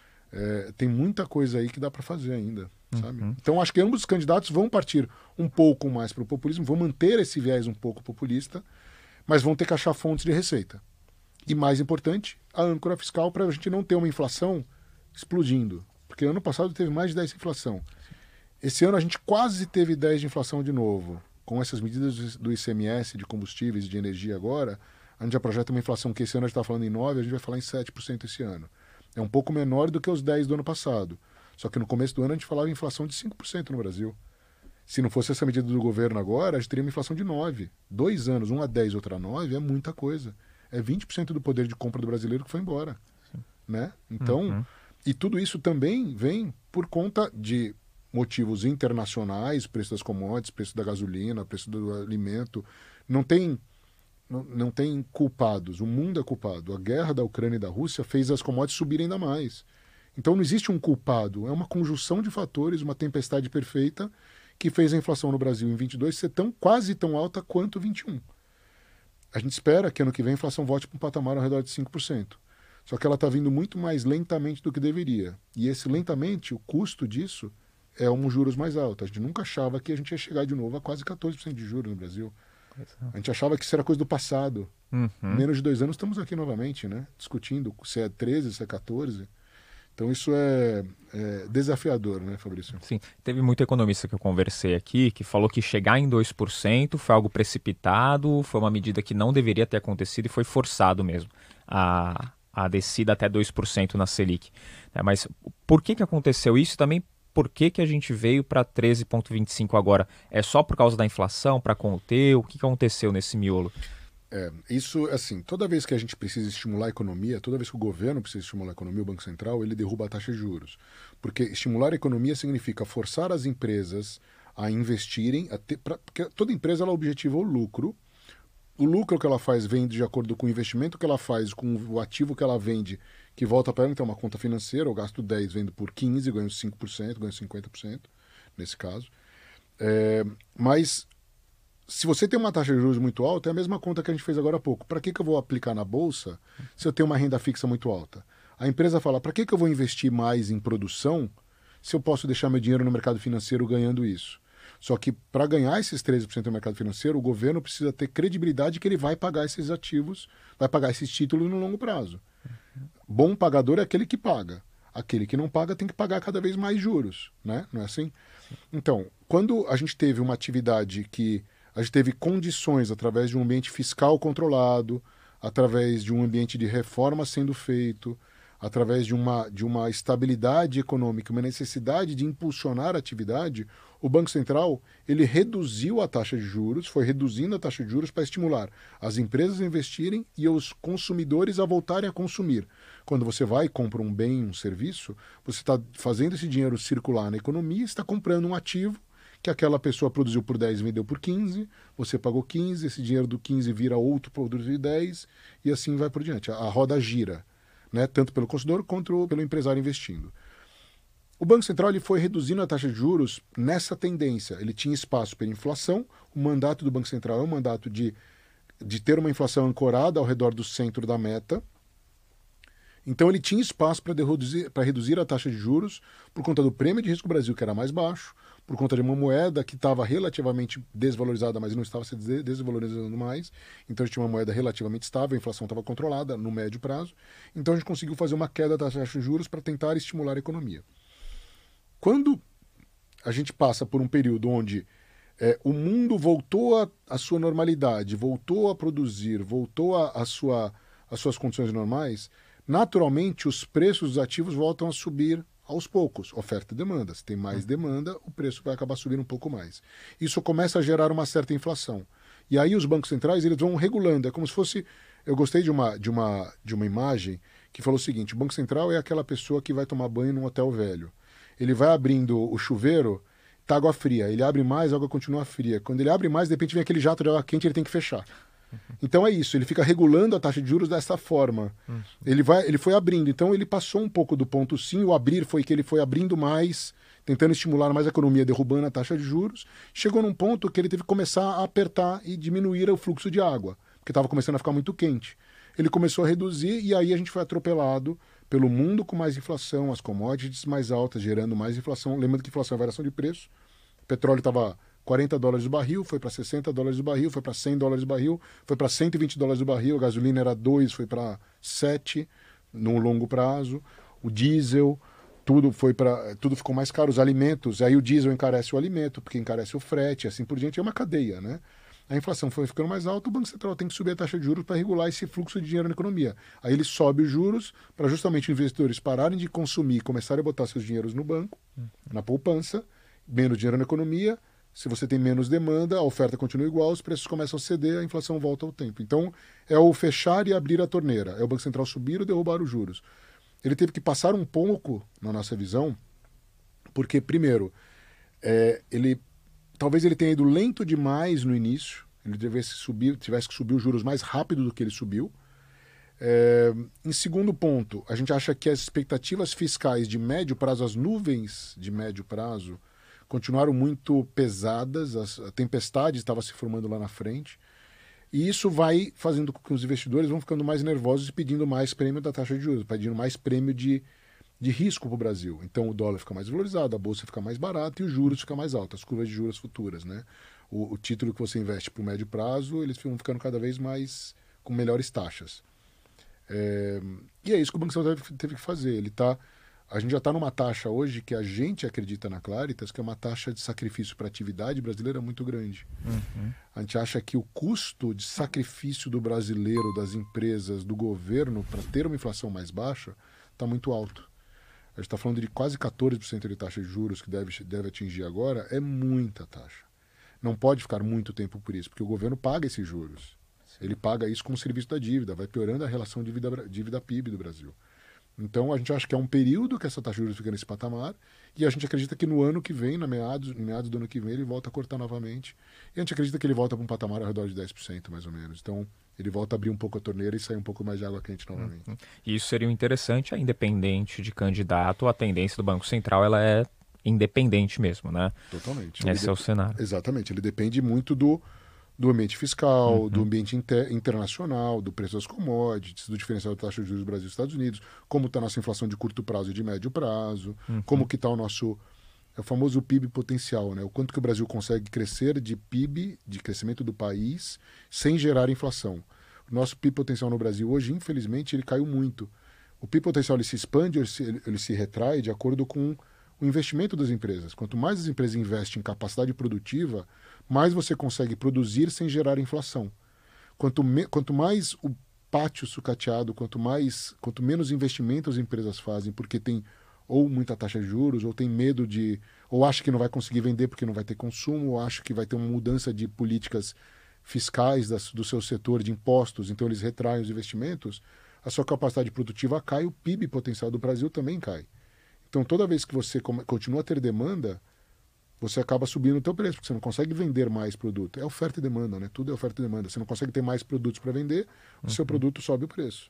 É, tem muita coisa aí que dá para fazer ainda, sabe? Uhum. Então acho que ambos os candidatos vão partir um pouco mais para o populismo, vão manter esse viés um pouco populista, mas vão ter que achar fontes de receita. E mais importante, a âncora fiscal para a gente não ter uma inflação explodindo. Porque ano passado teve mais de dez de inflação. Esse ano a gente quase teve dez de inflação de novo. Com essas medidas do I C M S, de combustíveis e de energia agora, a gente já projeta uma inflação que esse ano a gente está falando em nove por cento, a gente vai falar em sete por cento esse ano. É um pouco menor do que os dez do ano passado. Só que no começo do ano a gente falava em inflação de cinco por cento no Brasil. Se não fosse essa medida do governo agora, a gente teria uma inflação de nove por cento. Dois anos, um a dez, outro a nove, é muita coisa. É vinte por cento do poder de compra do brasileiro que foi embora. Né? Então, uhum. E tudo isso também vem por conta de motivos internacionais, preço das commodities, preço da gasolina, preço do alimento. Não tem... Não, não tem culpados, o mundo é culpado. A guerra da Ucrânia e da Rússia fez as commodities subirem ainda mais. Então não existe um culpado, é uma conjunção de fatores, uma tempestade perfeita que fez a inflação no Brasil em vinte e dois ser tão, quase tão alta quanto vinte e um. A gente espera que ano que vem a inflação volte para um patamar ao redor de cinco por cento. Só que ela está vindo muito mais lentamente do que deveria. E esse lentamente, o custo disso é um juros mais alto. A gente nunca achava que a gente ia chegar de novo a quase quatorze por cento de juros no Brasil. A gente achava que isso era coisa do passado. Uhum. Em menos de dois anos estamos aqui novamente, né? Discutindo se é treze, se é quatorze. Então isso é, é desafiador, né, Fabrício? Sim. Teve muito economista que eu conversei aqui que falou que chegar em dois por cento foi algo precipitado, foi uma medida que não deveria ter acontecido e foi forçado mesmo a, a descida até dois por cento na Selic. É, mas por que, que aconteceu isso também? Por que, que a gente veio para treze vírgula vinte e cinco agora? É só por causa da inflação, para conter? O que, que aconteceu nesse miolo? É, isso, assim, toda vez que a gente precisa estimular a economia, toda vez que o governo precisa estimular a economia, o Banco Central, ele derruba a taxa de juros. Porque estimular a economia significa forçar as empresas a investirem, a ter, pra, porque toda empresa ela objetiva o lucro. O lucro que ela faz vem de acordo com o investimento que ela faz, com o ativo que ela vende, que volta para ela, então é uma conta financeira, eu gasto dez, vendo por quinze, ganho cinco por cento, ganho cinquenta por cento, nesse caso. É, mas, se você tem uma taxa de juros muito alta, é a mesma conta que a gente fez agora há pouco. Para que, que eu vou aplicar na Bolsa se eu tenho uma renda fixa muito alta? A empresa fala, para que, que eu vou investir mais em produção se eu posso deixar meu dinheiro no mercado financeiro ganhando isso? Só que para ganhar esses treze por cento no mercado financeiro, o governo precisa ter credibilidade que ele vai pagar esses ativos, vai pagar esses títulos no longo prazo. Bom pagador é aquele que paga. Aquele que não paga tem que pagar cada vez mais juros, né? Não é assim? Então, quando a gente teve uma atividade que a gente teve condições através de um ambiente fiscal controlado, através de um ambiente de reforma sendo feito, através de uma, de uma estabilidade econômica, uma necessidade de impulsionar a atividade, o Banco Central ele reduziu a taxa de juros, foi reduzindo a taxa de juros para estimular as empresas a investirem e os consumidores a voltarem a consumir. Quando você vai e compra um bem, um serviço, você está fazendo esse dinheiro circular na economia, está comprando um ativo que aquela pessoa produziu por dez e vendeu por quinze, você pagou quinze, esse dinheiro do quinze vira outro produto de dez e assim vai por diante. A, a roda gira. né? Tanto pelo consumidor quanto pelo empresário investindo. O Banco Central ele foi reduzindo a taxa de juros nessa tendência. Ele tinha espaço para inflação. O mandato do Banco Central é um mandato de, de ter uma inflação ancorada ao redor do centro da meta. Então ele tinha espaço para reduzir, para reduzir a taxa de juros por conta do prêmio de risco Brasil, que era mais baixo, por conta de uma moeda que estava relativamente desvalorizada, mas não estava se desvalorizando mais. Então a gente tinha uma moeda relativamente estável, a inflação estava controlada no médio prazo. Então a gente conseguiu fazer uma queda da taxa de juros para tentar estimular a economia. Quando a gente passa por um período onde é, o mundo voltou à sua normalidade, voltou a produzir, voltou a, a sua, às suas condições normais, naturalmente os preços dos ativos voltam a subir aos poucos. Oferta e demanda. Se tem mais demanda, o preço vai acabar subindo um pouco mais. Isso começa a gerar uma certa inflação. E aí os bancos centrais eles vão regulando. É como se fosse... Eu gostei de uma, de uma, de uma imagem que falou o seguinte: o Banco Central é aquela pessoa que vai tomar banho num hotel velho. Ele vai abrindo o chuveiro, tá água fria. Ele abre mais, a água continua fria. Quando ele abre mais, de repente vem aquele jato de água quente, ele tem que fechar. Então é isso, ele fica regulando a taxa de juros dessa forma. Ele, vai, ele foi abrindo, então ele passou um pouco do ponto sim, o abrir foi que ele foi abrindo mais, tentando estimular mais a economia, derrubando a taxa de juros. Chegou num ponto que ele teve que começar a apertar e diminuir o fluxo de água, porque estava começando a ficar muito quente. Ele começou a reduzir e aí a gente foi atropelado pelo mundo com mais inflação, as commodities mais altas, gerando mais inflação. Lembrando que inflação é variação de preço. O petróleo estava quarenta dólares o barril, foi para sessenta dólares o barril, foi para cem dólares o barril, foi para cento e vinte dólares o barril, a gasolina era dois, foi para sete no longo prazo. O diesel, tudo foi para tudo ficou mais caro, os alimentos, aí o diesel encarece o alimento, porque encarece o frete, assim por diante, é uma cadeia, né? A inflação foi ficando mais alta, o Banco Central tem que subir a taxa de juros para regular esse fluxo de dinheiro na economia. Aí ele sobe os juros para justamente investidores pararem de consumir e começarem a botar seus dinheiros no banco, uhum. na poupança, menos dinheiro na economia. Se você tem menos demanda, a oferta continua igual, os preços começam a ceder, a inflação volta ao tempo. Então, é o fechar e abrir a torneira. É o Banco Central subir ou derrubar os juros. Ele teve que passar um pouco, na nossa visão, porque, primeiro, é, ele... Talvez ele tenha ido lento demais no início, ele tivesse, subir, tivesse que subir os juros mais rápido do que ele subiu. É, em segundo ponto, a gente acha que as expectativas fiscais de médio prazo, as nuvens de médio prazo, continuaram muito pesadas, as, a tempestade estava se formando lá na frente, e isso vai fazendo com que os investidores vão ficando mais nervosos e pedindo mais prêmio da taxa de juros, pedindo mais prêmio de... de risco para o Brasil. Então o dólar fica mais valorizado, a bolsa fica mais barata e os juros ficam mais altos, as curvas de juros futuras, né? O, o título que você investe para o médio prazo, eles vão ficando cada vez mais com melhores taxas. É, e é isso que o Banco Central teve, teve que fazer. Ele tá, a gente já está numa taxa hoje que a gente acredita na Claritas, que é uma taxa de sacrifício para a atividade brasileira muito grande. Uhum. A gente acha que o custo de sacrifício do brasileiro, das empresas, do governo, para ter uma inflação mais baixa, está muito alto. A gente está falando de quase quatorze por cento de taxa de juros que deve, deve atingir agora, é muita taxa. Não pode ficar muito tempo por isso, porque o governo paga esses juros. Sim. Ele paga isso como serviço da dívida, vai piorando a relação dívida, dívida P I B do Brasil. Então a gente acha que é um período que essa taxa de juros fica nesse patamar e a gente acredita que no ano que vem, na meados, no meados do ano que vem, ele volta a cortar novamente. E a gente acredita que ele volta para um patamar ao redor de dez por cento, mais ou menos. Então ele volta a abrir um pouco a torneira e sair um pouco mais de água quente novamente. Uhum. E isso seria interessante, independente de candidato, a tendência do Banco Central ela é independente mesmo, né? Totalmente. Esse ele é o cenário. Exatamente. Ele depende muito do, do ambiente fiscal, uhum. do ambiente inter, internacional, do preço das commodities, do diferencial da taxa de juros do Brasil e Estados Unidos, como está a nossa inflação de curto prazo e de médio prazo, uhum. como que está o nosso... É o famoso P I B potencial, né? O quanto que o Brasil consegue crescer de P I B, de crescimento do país, sem gerar inflação. O nosso P I B potencial no Brasil hoje, infelizmente, ele caiu muito. O P I B potencial ele se expande, ele se, ele, ele se retrai de acordo com o investimento das empresas. Quanto mais as empresas investem em capacidade produtiva, mais você consegue produzir sem gerar inflação. Quanto, me, quanto mais o pátio sucateado, quanto, mais, quanto menos investimento as empresas fazem, porque tem ou muita taxa de juros, ou tem medo de... ou acha que não vai conseguir vender porque não vai ter consumo, ou acha que vai ter uma mudança de políticas fiscais das, do seu setor, de impostos, então eles retraem os investimentos, a sua capacidade produtiva cai, o P I B potencial do Brasil também cai. Então, toda vez que você continua a ter demanda, você acaba subindo o teu preço, porque você não consegue vender mais produto. É oferta e demanda, né? Tudo é oferta e demanda. Você não consegue ter mais produtos para vender, o uhum. seu produto sobe o preço.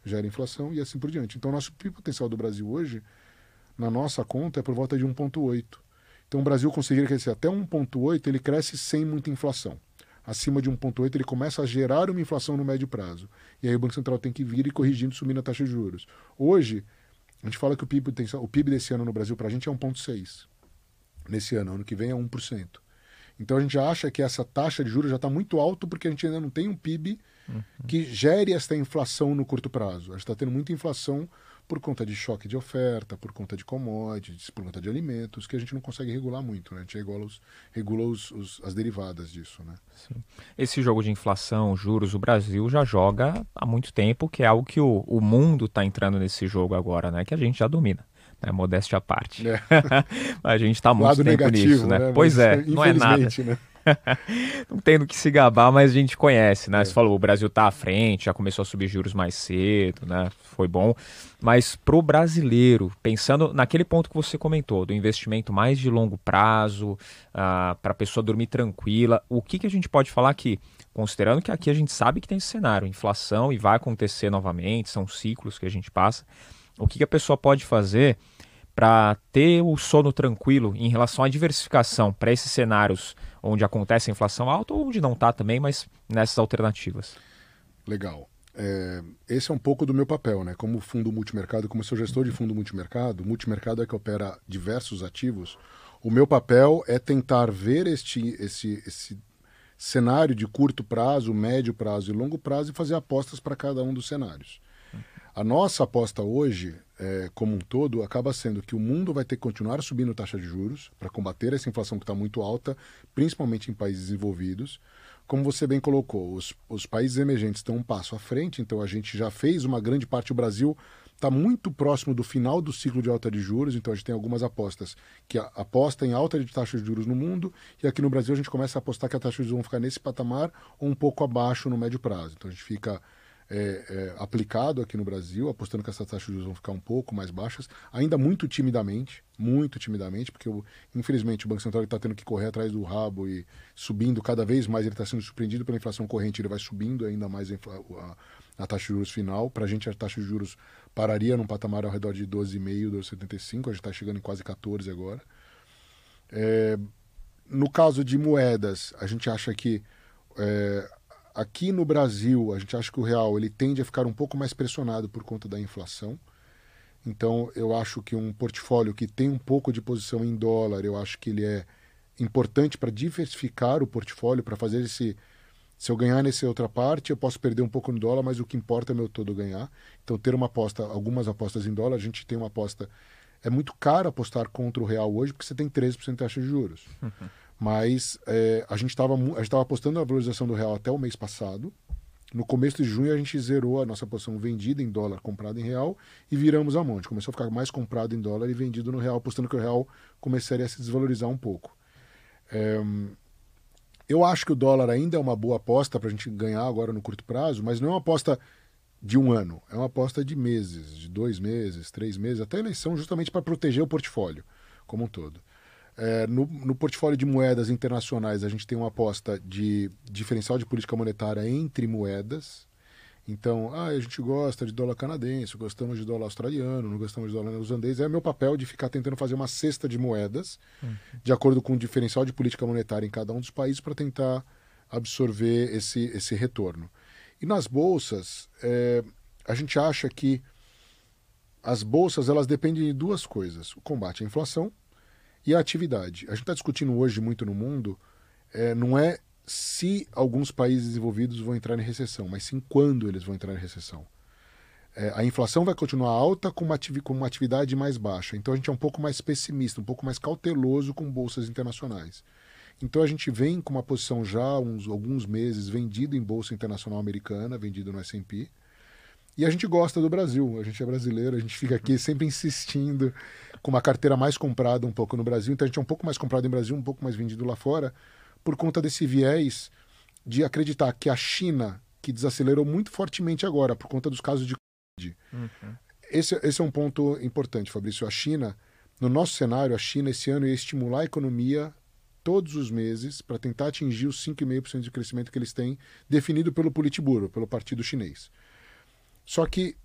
gera inflação e assim por diante. Então, o nosso P I B potencial do Brasil hoje, na nossa conta, é por volta de um vírgula oito. Então, o Brasil conseguiria crescer até um vírgula oito, ele cresce sem muita inflação. Acima de um vírgula oito, ele começa a gerar uma inflação no médio prazo. E aí o Banco Central tem que vir e corrigindo, subindo a taxa de juros. Hoje, a gente fala que o P I B, potencial, o P I B desse ano no Brasil, para a gente, é um vírgula seis. Nesse ano, ano que vem é um por cento. Então a gente já acha que essa taxa de juros já está muito alta porque a gente ainda não tem um P I B uhum. que gere essa inflação no curto prazo. A gente está tendo muita inflação por conta de choque de oferta, por conta de commodities, por conta de alimentos, que a gente não consegue regular muito, né? A gente regula, os, regula os, os, as derivadas disso, né? Sim. Esse jogo de inflação, juros, o Brasil já joga há muito tempo, que é algo que o, o mundo está entrando nesse jogo agora, né? Que a gente já domina. Né, modéstia à parte. É. A gente está muito Lado tempo negativo, nisso, né? né? Pois é, não é nada. Né? Não tendo que se gabar, mas a gente conhece, né? É. Você falou, o Brasil está à frente, já começou a subir juros mais cedo, né? Foi bom. Mas pro brasileiro, pensando naquele ponto que você comentou, do investimento mais de longo prazo, uh, para a pessoa dormir tranquila, o que, que a gente pode falar aqui? Considerando que aqui a gente sabe que tem esse cenário, inflação, e vai acontecer novamente, são ciclos que a gente passa. O que, que a pessoa pode fazer para ter o sono tranquilo em relação à diversificação para esses cenários onde acontece a inflação alta ou onde não está também, mas nessas alternativas? Legal. É, esse é um pouco do meu papel, né? Como fundo multimercado, como sou gestor de fundo multimercado, multimercado é que opera diversos ativos. O meu papel é tentar ver este, esse, esse cenário de curto prazo, médio prazo e longo prazo e fazer apostas para cada um dos cenários. A nossa aposta hoje, é, como um todo, acaba sendo que o mundo vai ter que continuar subindo taxa de juros para combater essa inflação que está muito alta, principalmente em países desenvolvidos. Como você bem colocou, os, os países emergentes estão um passo à frente, então a gente já fez uma grande parte. O Brasil está muito próximo do final do ciclo de alta de juros, então a gente tem algumas apostas que a, aposta em alta de taxa de juros no mundo, e aqui no Brasil a gente começa a apostar que a taxa de juros vão ficar nesse patamar ou um pouco abaixo no médio prazo. Então a gente fica... É, é, aplicado aqui no Brasil, apostando que essas taxas de juros vão ficar um pouco mais baixas, ainda muito timidamente, muito timidamente, porque eu, infelizmente o Banco Central está tendo que correr atrás do rabo e subindo cada vez mais, ele está sendo surpreendido pela inflação corrente, ele vai subindo ainda mais a, a, a taxa de juros final. Para a gente a taxa de juros pararia num patamar ao redor de doze vírgula cinco, doze vírgula setenta e cinco, a gente está chegando em quase quatorze agora. É, no caso de moedas, a gente acha que é, aqui no Brasil, a gente acha que o real ele tende a ficar um pouco mais pressionado por conta da inflação. Então, eu acho que um portfólio que tem um pouco de posição em dólar, eu acho que ele é importante para diversificar o portfólio, para fazer esse... Se eu ganhar nessa outra parte, eu posso perder um pouco no dólar, mas o que importa é meu todo ganhar. Então, ter uma aposta, algumas apostas em dólar, a gente tem uma aposta... É muito caro apostar contra o real hoje, porque você tem treze por cento de taxa de juros. Uhum. Mas é, a gente estava apostando na valorização do real até o mês passado. No começo de junho a gente zerou a nossa posição vendida em dólar, comprada em real, e viramos a mão. A gente começou a ficar mais comprado em dólar e vendido no real, apostando que o real começaria a se desvalorizar um pouco. É, eu acho que o dólar ainda é uma boa aposta para a gente ganhar agora no curto prazo, mas não é uma aposta de um ano, é uma aposta de meses, de dois meses, três meses, até a eleição, justamente para proteger o portfólio como um todo. É, no, no portfólio de moedas internacionais, a gente tem uma aposta de diferencial de política monetária entre moedas. Então, ah, a gente gosta de dólar canadense, gostamos de dólar australiano, não gostamos de dólar neozelandês. É meu papel de ficar tentando fazer uma cesta de moedas, uhum. de acordo com o diferencial de política monetária em cada um dos países, para tentar absorver esse, esse retorno. E nas bolsas, é, a gente acha que as bolsas elas dependem de duas coisas: o combate à inflação e a atividade. A gente está discutindo hoje muito no mundo, é, não é se alguns países desenvolvidos vão entrar em recessão, mas sim quando eles vão entrar em recessão. É, a inflação vai continuar alta com uma, ativi- com uma atividade mais baixa. Então a gente é um pouco mais pessimista, um pouco mais cauteloso com bolsas internacionais. Então a gente vem com uma posição já há uns, alguns meses vendido em bolsa internacional americana, vendido no S and P. E a gente gosta do Brasil, a gente é brasileiro, a gente fica aqui sempre insistindo com uma carteira mais comprada um pouco no Brasil. Então a gente é um pouco mais comprado no Brasil, um pouco mais vendido lá fora, por conta desse viés de acreditar que a China, que desacelerou muito fortemente agora por conta dos casos de Covid. Uhum. Esse, esse é um ponto importante, Fabrício. A China, no nosso cenário, a China esse ano ia estimular a economia todos os meses para tentar atingir os cinco vírgula cinco por cento de crescimento que eles têm definido pelo Politburo, pelo partido chinês. Só que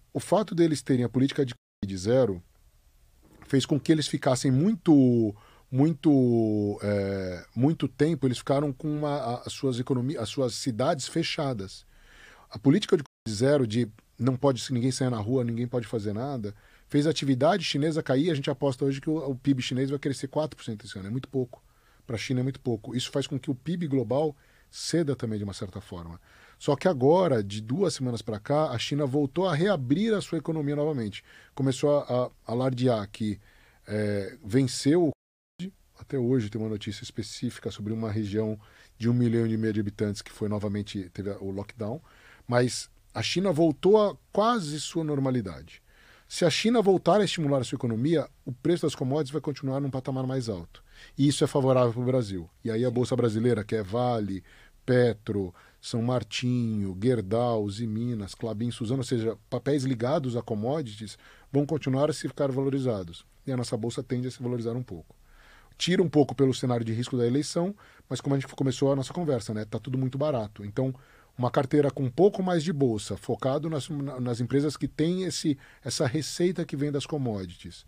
o fato deles terem a política de Covid zero fez com que eles ficassem muito, muito, é, muito tempo, eles ficaram com uma, as suas economias, as suas cidades fechadas. A política de Covid zero, de não pode ninguém sair na rua, ninguém pode fazer nada, fez a atividade chinesa cair. A gente aposta hoje que o, o P I B chinês vai crescer quatro por cento esse ano, é muito pouco. Para a China é muito pouco. Isso faz com que o P I B global ceda também de uma certa forma. Só que agora, de duas semanas para cá, a China voltou a reabrir a sua economia novamente. Começou a, a alardear que é, venceu o Covid. Até hoje tem uma notícia específica sobre uma região de um milhão e meio de habitantes que foi novamente, teve o lockdown. Mas a China voltou a quase sua normalidade. Se a China voltar a estimular a sua economia, o preço das commodities vai continuar num patamar mais alto. E isso é favorável para o Brasil. E aí a Bolsa Brasileira, que é Vale, Petro, São Martinho, Gerdau, Minas, Klabin, Suzano, ou seja, papéis ligados a commodities, vão continuar a se ficar valorizados. E a nossa Bolsa tende a se valorizar um pouco. Tira um pouco pelo cenário de risco da eleição, mas como a gente começou a nossa conversa, né? Tá tudo muito barato. Então, uma carteira com um pouco mais de bolsa, focado nas, nas empresas que têm esse, essa receita que vem das commodities,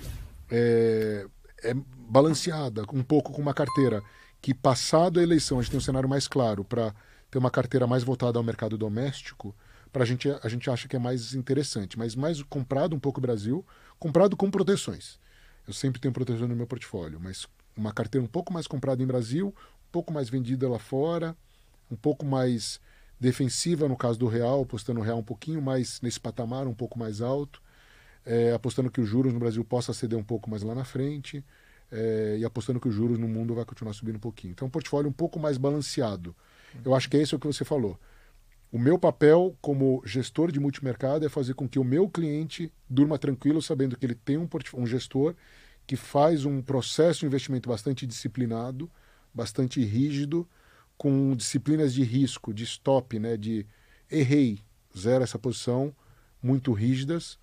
é, é balanceada um pouco com uma carteira que, passado a eleição, a gente tem um cenário mais claro para ter uma carteira mais voltada ao mercado doméstico, para a gente, a gente acha que é mais interessante, mas mais comprado um pouco Brasil, comprado com proteções. Eu sempre tenho proteção no meu portfólio, mas uma carteira um pouco mais comprada em Brasil, um pouco mais vendida lá fora, um pouco mais defensiva no caso do real, apostando o real um pouquinho mais nesse patamar, um pouco mais alto, é, apostando que os juros no Brasil possa ceder um pouco mais lá na frente, é, e apostando que os juros no mundo vai continuar subindo um pouquinho. Então, um portfólio um pouco mais balanceado. Eu acho que é isso que você falou. O meu papel como gestor de multimercado é fazer com que o meu cliente durma tranquilo, sabendo que ele tem um, um gestor que faz um processo de investimento bastante disciplinado, bastante rígido, com disciplinas de risco, de stop, né, de errei, zero essa posição, muito rígidas.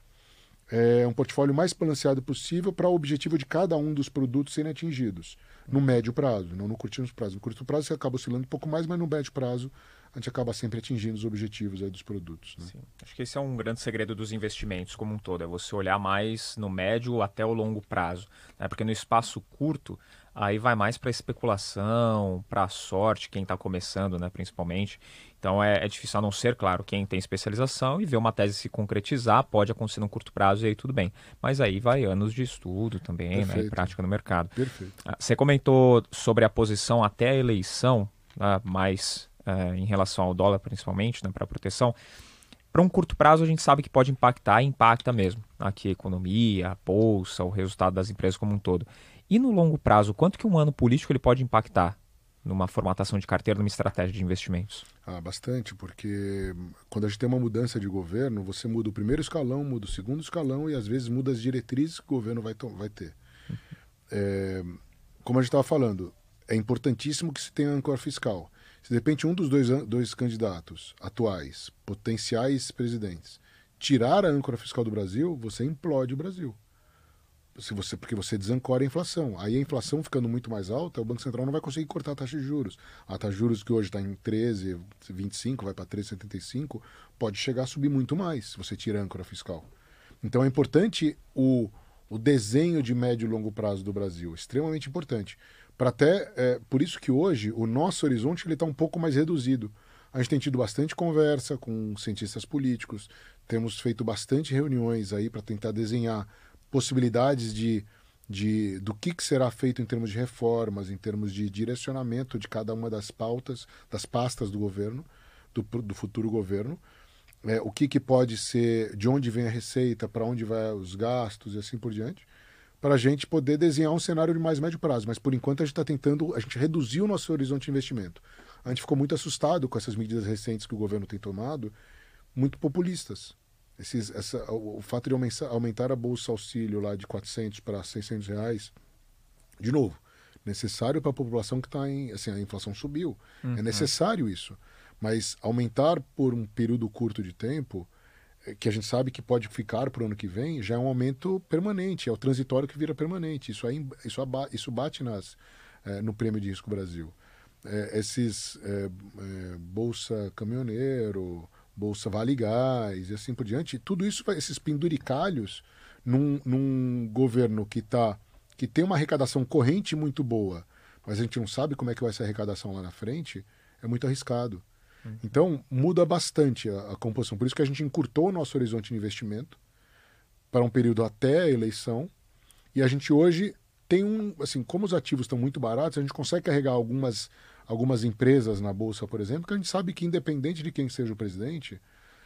É um portfólio mais balanceado possível para o objetivo de cada um dos produtos serem atingidos, no médio prazo, não no curto prazo. No curto prazo você acaba oscilando um pouco mais, mas no médio prazo a gente acaba sempre atingindo os objetivos aí dos produtos. Né? Sim. Acho que esse é um grande segredo dos investimentos como um todo, é você olhar mais no médio até o longo prazo, né? Porque no espaço curto, aí vai mais para especulação, para sorte, quem está começando, né, principalmente. Então é, é difícil, a não ser, claro, quem tem especialização e vê uma tese se concretizar, pode acontecer no curto prazo e aí tudo bem. Mas aí vai anos de estudo também, né, e prática no mercado. Perfeito. Você comentou sobre a posição até a eleição, né, mais... Uh, em relação ao dólar principalmente, né, para proteção. Para um curto prazo a gente sabe que pode impactar e impacta mesmo aqui a economia, a bolsa, o resultado das empresas como um todo. E no longo prazo, quanto que um ano político ele pode impactar numa formatação de carteira, numa estratégia de investimentos? Ah, bastante, porque quando a gente tem uma mudança de governo, você muda o primeiro escalão, muda o segundo escalão e às vezes muda as diretrizes que o governo vai, vai ter. Uhum. É, como a gente estava falando, é importantíssimo que se tenha âncora fiscal. Se de repente um dos dois, dois candidatos atuais, potenciais presidentes, tirar a âncora fiscal do Brasil, você implode o Brasil. Se você, porque você desancora a inflação. Aí a inflação ficando muito mais alta, o Banco Central não vai conseguir cortar a taxa de juros. A taxa de juros que hoje está em treze, vinte e cinco, vai para treze vírgula setenta e cinco, pode chegar a subir muito mais se você tira a âncora fiscal. Então é importante o, o desenho de médio e longo prazo do Brasil, extremamente importante. Para até, é, por isso que hoje o nosso horizonte está um pouco mais reduzido. A gente tem tido bastante conversa com cientistas políticos, temos feito bastante reuniões aí para tentar desenhar possibilidades de, de, do que, que será feito em termos de reformas, em termos de direcionamento de cada uma das pautas, das pastas do governo, do, do futuro governo. É, o que, que pode ser, de onde vem a receita, para onde vai os gastos e assim por diante, para a gente poder desenhar um cenário de mais médio prazo. Mas, por enquanto, a gente está tentando, a gente reduziu o nosso horizonte de investimento. A gente ficou muito assustado com essas medidas recentes que o governo tem tomado, muito populistas. Esses, essa, o, o fato de aumentar, aumentar a Bolsa Auxílio lá de quatrocentos para seiscentos reais, de novo, necessário para a população que está em... Assim, a inflação subiu. Uhum. É necessário isso. Mas aumentar por um período curto de tempo, que a gente sabe que pode ficar para o ano que vem, já é um aumento permanente, é o transitório que vira permanente. Isso, aí, isso, aba, isso bate nas, é, no Prêmio de Risco Brasil. É, esses é, é, Bolsa Caminhoneiro, Bolsa Vale Gás e assim por diante. Tudo isso, esses penduricalhos, num, num governo que, tá, que tem uma arrecadação corrente muito boa, mas a gente não sabe como é que vai ser a arrecadação lá na frente, é muito arriscado. Uhum. Então, muda bastante a, a composição. Por isso que a gente encurtou o nosso horizonte de investimento para um período até a eleição. E a gente hoje tem um... Assim, como os ativos estão muito baratos, a gente consegue carregar algumas, algumas empresas na Bolsa, por exemplo, que a gente sabe que, independente de quem seja o presidente,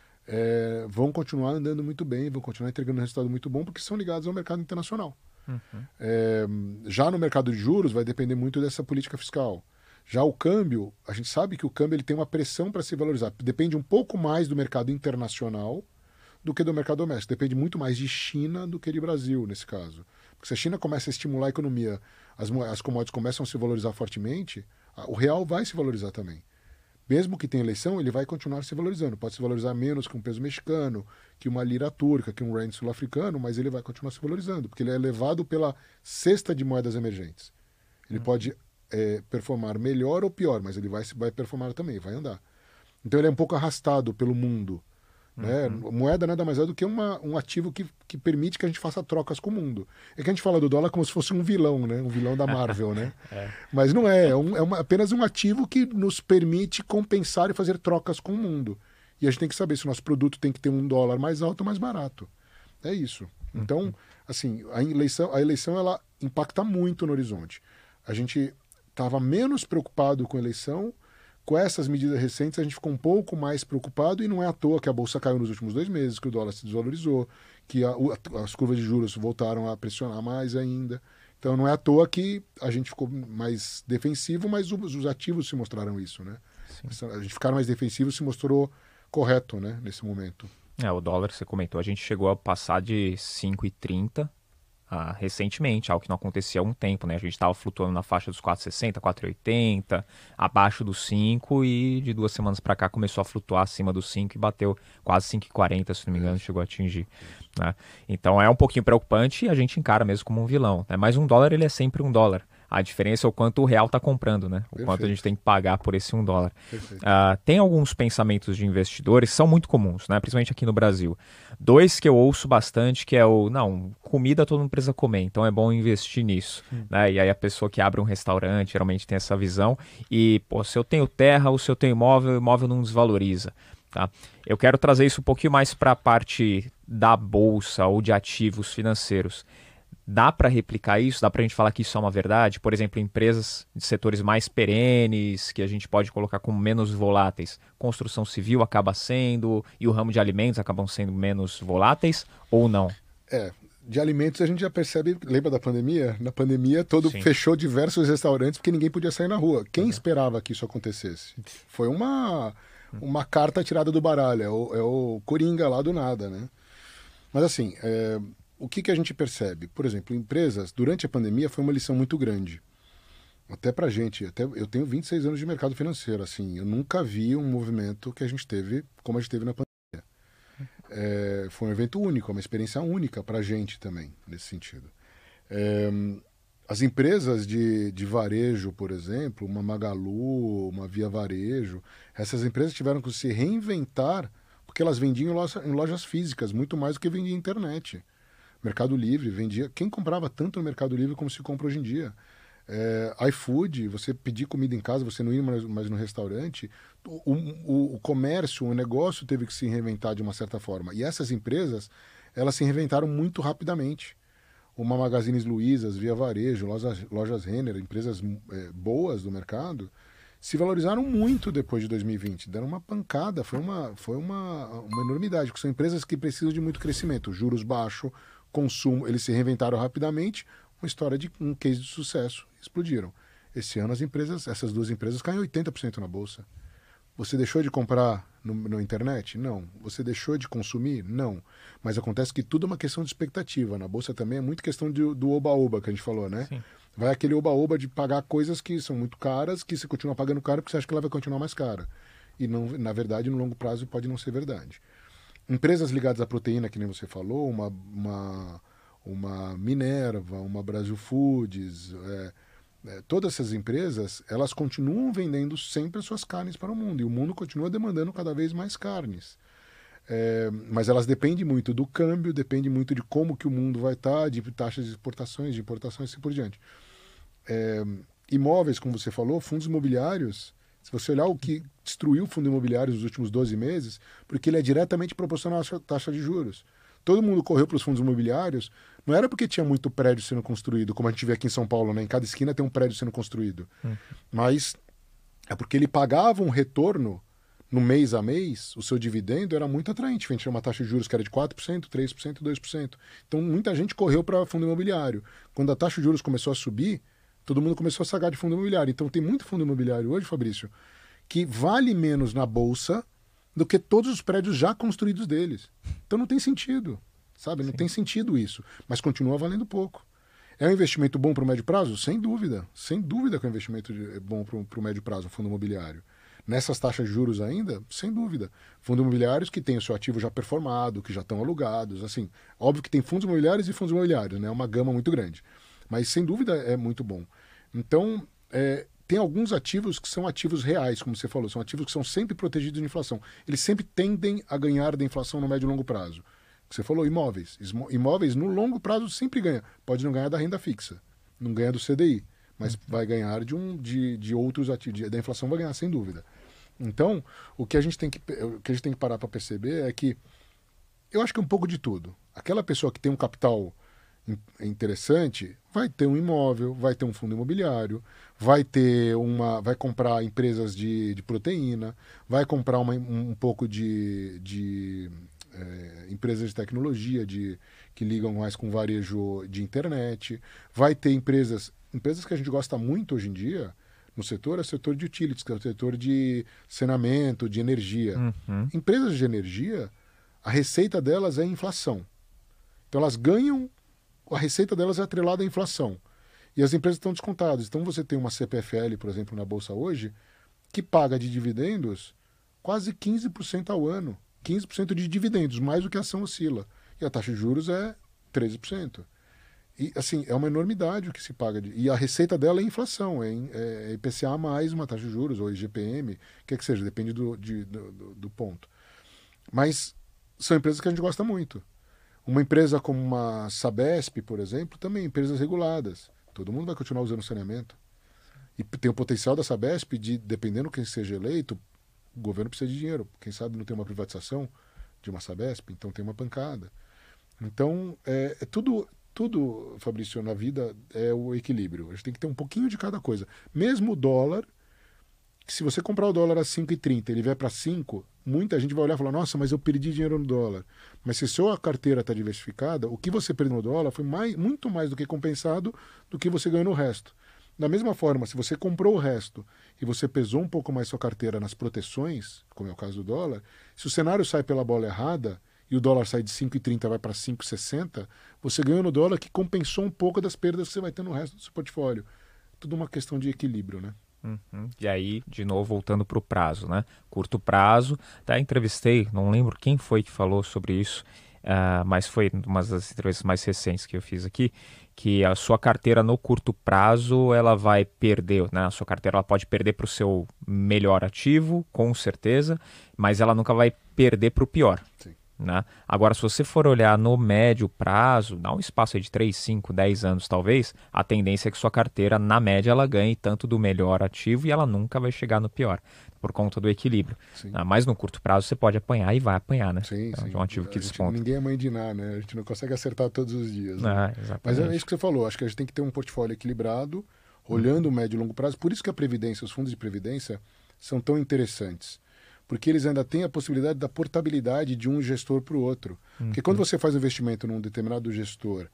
é, vão continuar andando muito bem, vão continuar entregando um resultado muito bom, porque são ligados ao mercado internacional. Uhum. É, já no mercado de juros, vai depender muito dessa política fiscal. Já o câmbio, a gente sabe que o câmbio ele tem uma pressão para se valorizar. Depende um pouco mais do mercado internacional do que do mercado doméstico. Depende muito mais de China do que de Brasil, nesse caso. Porque se a China começa a estimular a economia, as, as commodities começam a se valorizar fortemente, a, o real vai se valorizar também. Mesmo que tenha eleição, ele vai continuar se valorizando. Pode se valorizar menos que um peso mexicano, que uma lira turca, que um rand sul-africano, mas ele vai continuar se valorizando, porque ele é levado pela cesta de moedas emergentes. Ele uhum. pode é, performar melhor ou pior, mas ele vai, vai performar também, vai andar. Então ele é um pouco arrastado pelo mundo. Né? Uhum. Moeda nada mais é do que uma, um ativo que, que permite que a gente faça trocas com o mundo. É que a gente fala do dólar como se fosse um vilão, né? Um vilão da Marvel, né? É. Mas não é, é, um, é uma, apenas um ativo que nos permite compensar e fazer trocas com o mundo. E a gente tem que saber se o nosso produto tem que ter um dólar mais alto ou mais barato. É isso. Então, uhum. assim, a eleição, a eleição ela impacta muito no horizonte. A gente estava menos preocupado com a eleição. Com essas medidas recentes, a gente ficou um pouco mais preocupado, e não é à toa que a Bolsa caiu nos últimos dois meses, que o dólar se desvalorizou, que a, a, as curvas de juros voltaram a pressionar mais ainda. Então não é à toa que a gente ficou mais defensivo, mas os, os ativos se mostraram isso, né? Sim. A gente ficar mais defensivo se mostrou correto, né, nesse momento. É, o dólar, você comentou, a gente chegou a passar de cinco e trinta ah, recentemente, algo que não acontecia há um tempo, né? A gente estava flutuando na faixa dos quatro e sessenta, quatro e oitenta, abaixo dos cinco, e de duas semanas para cá começou a flutuar acima dos cinco e bateu quase cinco e quarenta, se não me engano, chegou a atingir. Né? Então é um pouquinho preocupante, e a gente encara mesmo como um vilão. Né? Mas um dólar, ele é sempre um dólar. A diferença é o quanto o real está comprando, né? O Perfeito. Quanto a gente tem que pagar por esse um dólar. Uh, tem alguns pensamentos de investidores que são muito comuns, né? Principalmente aqui no Brasil. Dois que eu ouço bastante, que é o, não, comida todo mundo precisa comer, então é bom investir nisso. Hum. Né? E aí a pessoa que abre um restaurante geralmente tem essa visão. E, pô, se eu tenho terra ou se eu tenho imóvel, o imóvel não desvaloriza. Tá? Eu quero trazer isso um pouquinho mais para a parte da bolsa ou de ativos financeiros. Dá para replicar isso? Dá para a gente falar que isso é uma verdade? Por exemplo, empresas de setores mais perenes, que a gente pode colocar como menos voláteis. Construção civil acaba sendo, e o ramo de alimentos acabam sendo menos voláteis, ou não? É, de alimentos a gente já percebe, lembra da pandemia? Na pandemia todo Sim. fechou diversos restaurantes porque ninguém podia sair na rua. Quem uhum. esperava que isso acontecesse? Foi uma, uma carta tirada do baralho, é o, é o Coringa lá do nada, né? Mas assim... É... O que, que a gente percebe? Por exemplo, empresas, durante a pandemia foi uma lição muito grande. Até pra gente, até, eu tenho vinte e seis anos de mercado financeiro, assim, eu nunca vi um movimento que a gente teve como a gente teve na pandemia. É, foi um evento único, uma experiência única pra gente também, nesse sentido. É, as empresas de, de varejo, por exemplo, uma Magalu, uma Via Varejo, essas empresas tiveram que se reinventar porque elas vendiam em, loja, em lojas físicas, muito mais do que vendiam na internet. Mercado Livre vendia... Quem comprava tanto no Mercado Livre como se compra hoje em dia? É, iFood, você pedir comida em casa, você não ir mais, mais no restaurante. O, o, o comércio, o negócio teve que se reinventar de uma certa forma. E essas empresas, elas se reinventaram muito rapidamente. Uma Magazine Luizas, Via Varejo, Lojas, lojas Renner, empresas é, boas do mercado, se valorizaram muito depois de dois mil e vinte. Deram uma pancada, foi uma, foi uma, uma enormidade. Porque são empresas que precisam de muito crescimento. Juros baixos, consumo, eles se reinventaram rapidamente, uma história de um case de sucesso, explodiram. Esse ano as empresas, essas duas empresas caem oitenta por cento na bolsa. Você deixou de comprar no, na internet? Não. Você deixou de consumir? Não. Mas acontece que tudo é uma questão de expectativa. Na bolsa também é muito questão de, do oba-oba que a gente falou, né? Sim. Vai aquele oba-oba de pagar coisas que são muito caras, que você continua pagando caro porque você acha que ela vai continuar mais cara. E não, na verdade, no longo prazo pode não ser verdade. Empresas ligadas à proteína, que nem você falou, uma, uma, uma Minerva, uma Brasil Foods, é, é, todas essas empresas, elas continuam vendendo sempre as suas carnes para o mundo, e o mundo continua demandando cada vez mais carnes. É, mas elas dependem muito do câmbio, dependem muito de como que o mundo vai estar, de taxas de exportações, de importações e assim por diante. É, imóveis, como você falou, fundos imobiliários, se você olhar o que destruiu o fundo imobiliário nos últimos doze meses, porque ele é diretamente proporcional à taxa de juros. Todo mundo correu para os fundos imobiliários, não era porque tinha muito prédio sendo construído, como a gente vê aqui em São Paulo, né? Em cada esquina tem um prédio sendo construído. Uhum. Mas é porque ele pagava um retorno no mês a mês, o seu dividendo era muito atraente, frente a uma taxa de juros que era de quatro por cento, três por cento, dois por cento. Então muita gente correu para fundo imobiliário. Quando a taxa de juros começou a subir, todo mundo começou a sacar de fundo imobiliário. Então tem muito fundo imobiliário hoje, Fabrício, que vale menos na bolsa do que todos os prédios já construídos deles. Então não tem sentido, sabe? Não Sim. tem sentido isso, mas continua valendo pouco. É um investimento bom para o médio prazo? Sem dúvida. Sem dúvida que é um investimento bom para o médio prazo, um fundo imobiliário. Nessas taxas de juros ainda, sem dúvida. Fundos imobiliários que têm o seu ativo já performado, que já estão alugados, assim. Óbvio que tem fundos imobiliários e fundos imobiliários, né? É uma gama muito grande. Mas, sem dúvida, é muito bom. Então, é, tem alguns ativos que são ativos reais, como você falou. São ativos que são sempre protegidos de inflação. Eles sempre tendem a ganhar da inflação no médio e longo prazo. Você falou imóveis. Imóveis, no longo prazo, sempre ganha. Pode não ganhar da renda fixa. Não ganha do C D I. Mas vai ganhar de, um, de, de outros ativos. Da inflação vai ganhar, sem dúvida. Então, o que a gente tem que, o que a gente tem que parar para perceber é que eu acho que é um pouco de tudo. Aquela pessoa que tem um capital interessante vai ter um imóvel, vai ter um fundo imobiliário, vai ter uma, vai comprar empresas de, de proteína, vai comprar uma, um pouco de, de é, empresas de tecnologia de, que ligam mais com varejo de internet, vai ter empresas, empresas que a gente gosta muito hoje em dia no setor, é o setor de utilities, que é o setor de saneamento, de energia. Uhum. Empresas de energia, a receita delas é inflação. Então elas ganham, a receita delas é atrelada à inflação. E as empresas estão descontadas. Então você tem uma C P F L, por exemplo, na Bolsa hoje, que paga de dividendos quase quinze por cento ao ano. quinze por cento de dividendos, mais do que a ação oscila. E a taxa de juros é treze por cento. E, assim, é uma enormidade o que se paga. De... E a receita dela é inflação, é, é I P C A mais uma taxa de juros, ou I G P M, quer que seja, depende do, de, do, do ponto. Mas são empresas que a gente gosta muito. Uma empresa como uma Sabesp, por exemplo, também empresas reguladas. Todo mundo vai continuar usando saneamento. E tem o potencial da Sabesp de, dependendo quem seja eleito, o governo precisa de dinheiro. Quem sabe não tem uma privatização de uma Sabesp, então tem uma pancada. Então, é, é tudo... Tudo, Fabrício, na vida é o equilíbrio. A gente tem que ter um pouquinho de cada coisa. Mesmo o dólar, se você comprar o dólar a cinco e trinta e ele vai para cinco, muita gente vai olhar e falar, nossa, mas eu perdi dinheiro no dólar. Mas se a sua carteira está diversificada, o que você perdeu no dólar foi mais, muito mais do que compensado do que você ganhou no resto. Da mesma forma, se você comprou o resto e você pesou um pouco mais sua carteira nas proteções, como é o caso do dólar, se o cenário sai pela bola errada e o dólar sai de cinco e trinta e vai para cinco e sessenta, você ganhou no dólar que compensou um pouco das perdas que você vai ter no resto do seu portfólio. Tudo uma questão de equilíbrio, né? Uhum. E aí, de novo, voltando para o prazo, né? Curto prazo, tá, entrevistei, não lembro quem foi que falou sobre isso, uh, mas foi uma das entrevistas mais recentes que eu fiz aqui, que a sua carteira no curto prazo, ela vai perder, né? A sua carteira ela pode perder para o seu melhor ativo, com certeza, mas ela nunca vai perder para o pior. Sim. Né? Agora, se você for olhar no médio prazo, dá um espaço aí de três, cinco, dez anos talvez, a tendência é que sua carteira, na média, ela ganhe tanto do melhor ativo e ela nunca vai chegar no pior, por conta do equilíbrio. Ah, mas no curto prazo você pode apanhar e vai apanhar, né? Sim, é sim. um ativo que a gente, desponta. Ninguém é mãe de nada, né? A gente não consegue acertar todos os dias. Né? Ah, mas é isso que você falou, acho que a gente tem que ter um portfólio equilibrado, olhando o médio e longo prazo. Por isso que a Previdência, os fundos de Previdência são tão interessantes. Porque eles ainda têm a possibilidade da portabilidade de um gestor para o outro. Uhum. Porque quando você faz um investimento num determinado gestor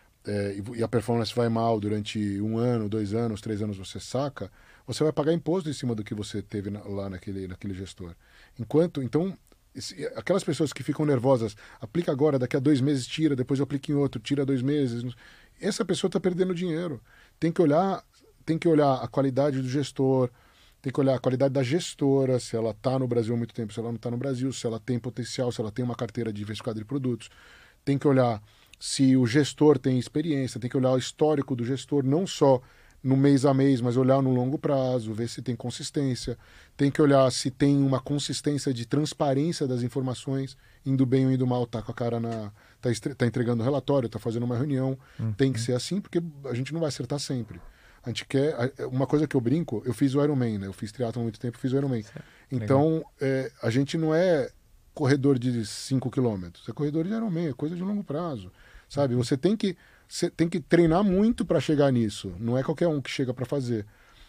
é, e a performance vai mal durante um ano, dois anos, três anos você saca, você vai pagar imposto em cima do que você teve na, lá naquele, naquele gestor. Enquanto, então, esse, aquelas pessoas que ficam nervosas, aplica agora, daqui a dois meses tira, depois aplica em outro, tira dois meses. Essa pessoa está perdendo dinheiro. Tem que olhar, tem que olhar a qualidade do gestor, tem que olhar a qualidade da gestora, se ela está no Brasil há muito tempo, se ela não está no Brasil, se ela tem potencial, se ela tem uma carteira diversificada de produtos. Tem que olhar se o gestor tem experiência, tem que olhar o histórico do gestor, não só no mês a mês, mas olhar no longo prazo, ver se tem consistência. Tem que olhar se tem uma consistência de transparência das informações, indo bem ou indo mal, tá com a cara na... tá, estre... tá entregando relatório, tá fazendo uma reunião. Uhum. Tem que ser assim, porque a gente não vai acertar sempre. A gente quer... Uma coisa que eu brinco, eu fiz o Ironman, né? Eu fiz triatlon há muito tempo, fiz o Ironman. Então, é, a gente não é corredor de cinco quilômetros, é corredor de Ironman, é coisa de longo prazo, sabe? Você tem que... Você tem que treinar muito para chegar nisso. Não é qualquer um que chega para fazer.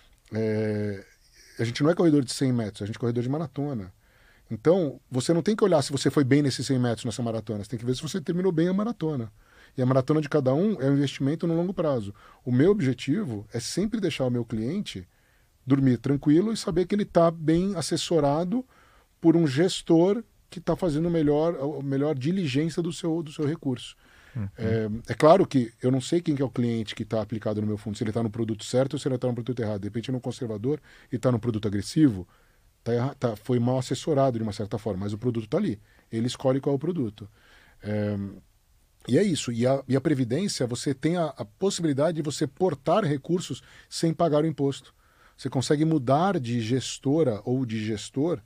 É... A gente não é corredor de cem metros, a gente é corredor de maratona. Então, você não tem que olhar se você foi bem nesses cem metros nessa maratona. Você tem que ver se você terminou bem a maratona. E a maratona de cada um é um investimento no longo prazo. O meu objetivo é sempre deixar o meu cliente dormir tranquilo e saber que ele está bem assessorado por um gestor que está fazendo melhor, a melhor diligência do seu, do seu recurso. Uhum. É, é claro que eu não sei quem que é o cliente que está aplicado no meu fundo, se ele está no produto certo ou se ele está no produto errado. De repente, é um conservador e está no produto agressivo, tá, tá, foi mal assessorado de uma certa forma, mas o produto está ali. Ele escolhe qual é o produto. É, e é isso. E a, e a Previdência, você tem a, a possibilidade de você portar recursos sem pagar o imposto. Você consegue mudar de gestora ou de gestor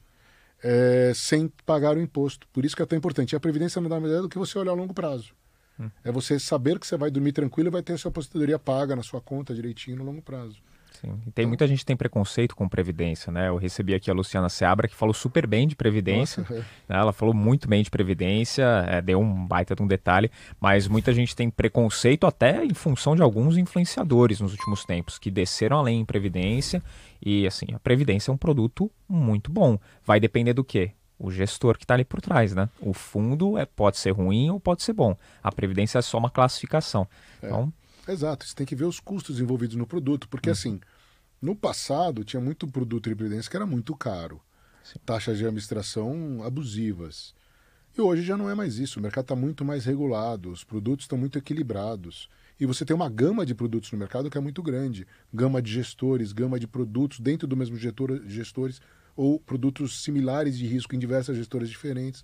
é, sem pagar o imposto. Por isso que é tão importante. E a Previdência não dá mais ideia do que você olhar a longo prazo. É você saber que você vai dormir tranquilo e vai ter a sua aposentadoria paga na sua conta direitinho no longo prazo. Sim. E tem então, muita gente que tem preconceito com Previdência, né? Eu recebi aqui a Luciana Seabra, que falou super bem de Previdência. Nossa, é. Né? Ela falou muito bem de Previdência, é, deu um baita de um detalhe, mas muita gente tem preconceito até em função de alguns influenciadores nos últimos tempos, que desceram além em Previdência. E assim, a Previdência é um produto muito bom. Vai depender do quê? O gestor que está ali por trás, né? O fundo é, pode ser ruim ou pode ser bom. A Previdência é só uma classificação. É, então... Exato, você tem que ver os custos envolvidos no produto, porque hum. assim, no passado tinha muito produto de Previdência que era muito caro. Sim. Taxas de administração abusivas. E hoje já não é mais isso, o mercado está muito mais regulado, os produtos estão muito equilibrados. E você tem uma gama de produtos no mercado que é muito grande. Gama de gestores, gama de produtos dentro do mesmo gestor, gestores, ou produtos similares de risco em diversas gestoras diferentes.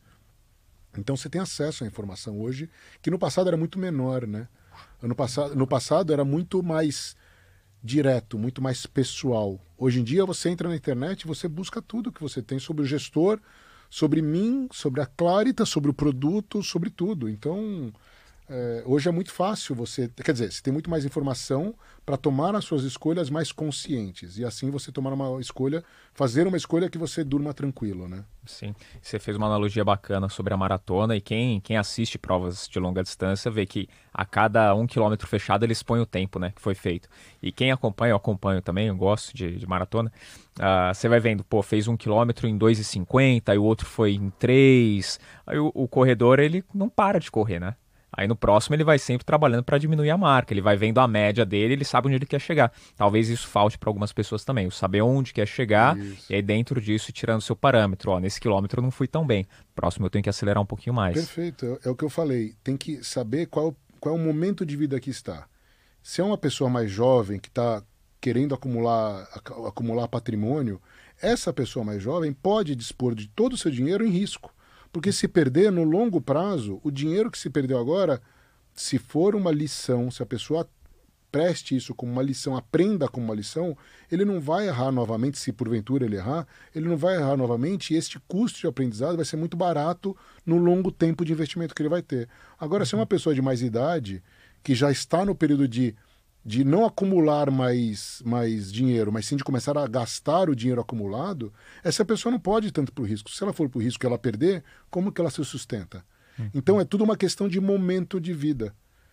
Então você tem acesso à informação hoje, que no passado era muito menor, né? Ano passado, no passado era muito mais direto, muito mais pessoal. Hoje em dia você entra na internet e você busca tudo que você tem sobre o gestor, sobre mim, sobre a Clarita, sobre o produto, sobre tudo. Então... É, hoje é muito fácil você... Quer dizer, você tem muito mais informação para tomar as suas escolhas mais conscientes. E assim você tomar uma escolha, fazer uma escolha que você durma tranquilo, né? Sim. Você fez uma analogia bacana sobre a maratona e quem, quem assiste provas de longa distância vê que a cada um quilômetro fechado eles põem o tempo, né, que foi feito. E quem acompanha, eu acompanho também, eu gosto de, de maratona, uh, você vai vendo, pô, fez um quilômetro em dois e cinquenta, aí o outro foi em três, aí o, o corredor, ele não para de correr, né? Aí no próximo ele vai sempre trabalhando para diminuir a marca, ele vai vendo a média dele, ele sabe onde ele quer chegar. Talvez isso falte para algumas pessoas também, o saber onde quer chegar, isso. E aí dentro disso tirando seu parâmetro. Ó, nesse quilômetro eu não fui tão bem, próximo eu tenho que acelerar um pouquinho mais. Perfeito, é o que eu falei, tem que saber qual, qual é o momento de vida que está. Se é uma pessoa mais jovem que está querendo acumular, acumular patrimônio, essa pessoa mais jovem pode dispor de todo o seu dinheiro em risco. Porque se perder no longo prazo, o dinheiro que se perdeu agora, se for uma lição, se a pessoa preste isso como uma lição, aprenda como uma lição, ele não vai errar novamente, se porventura ele errar, ele não vai errar novamente e este custo de aprendizado vai ser muito barato no longo tempo de investimento que ele vai ter. Agora, se é uma pessoa de mais idade, que já está no período de de não acumular mais, mais dinheiro, mas sim de começar a gastar o dinheiro acumulado, essa pessoa não pode ir tanto para o risco. Se ela for para o risco e ela perder, como que ela se sustenta? Uhum. Então é tudo uma questão de momento de vida.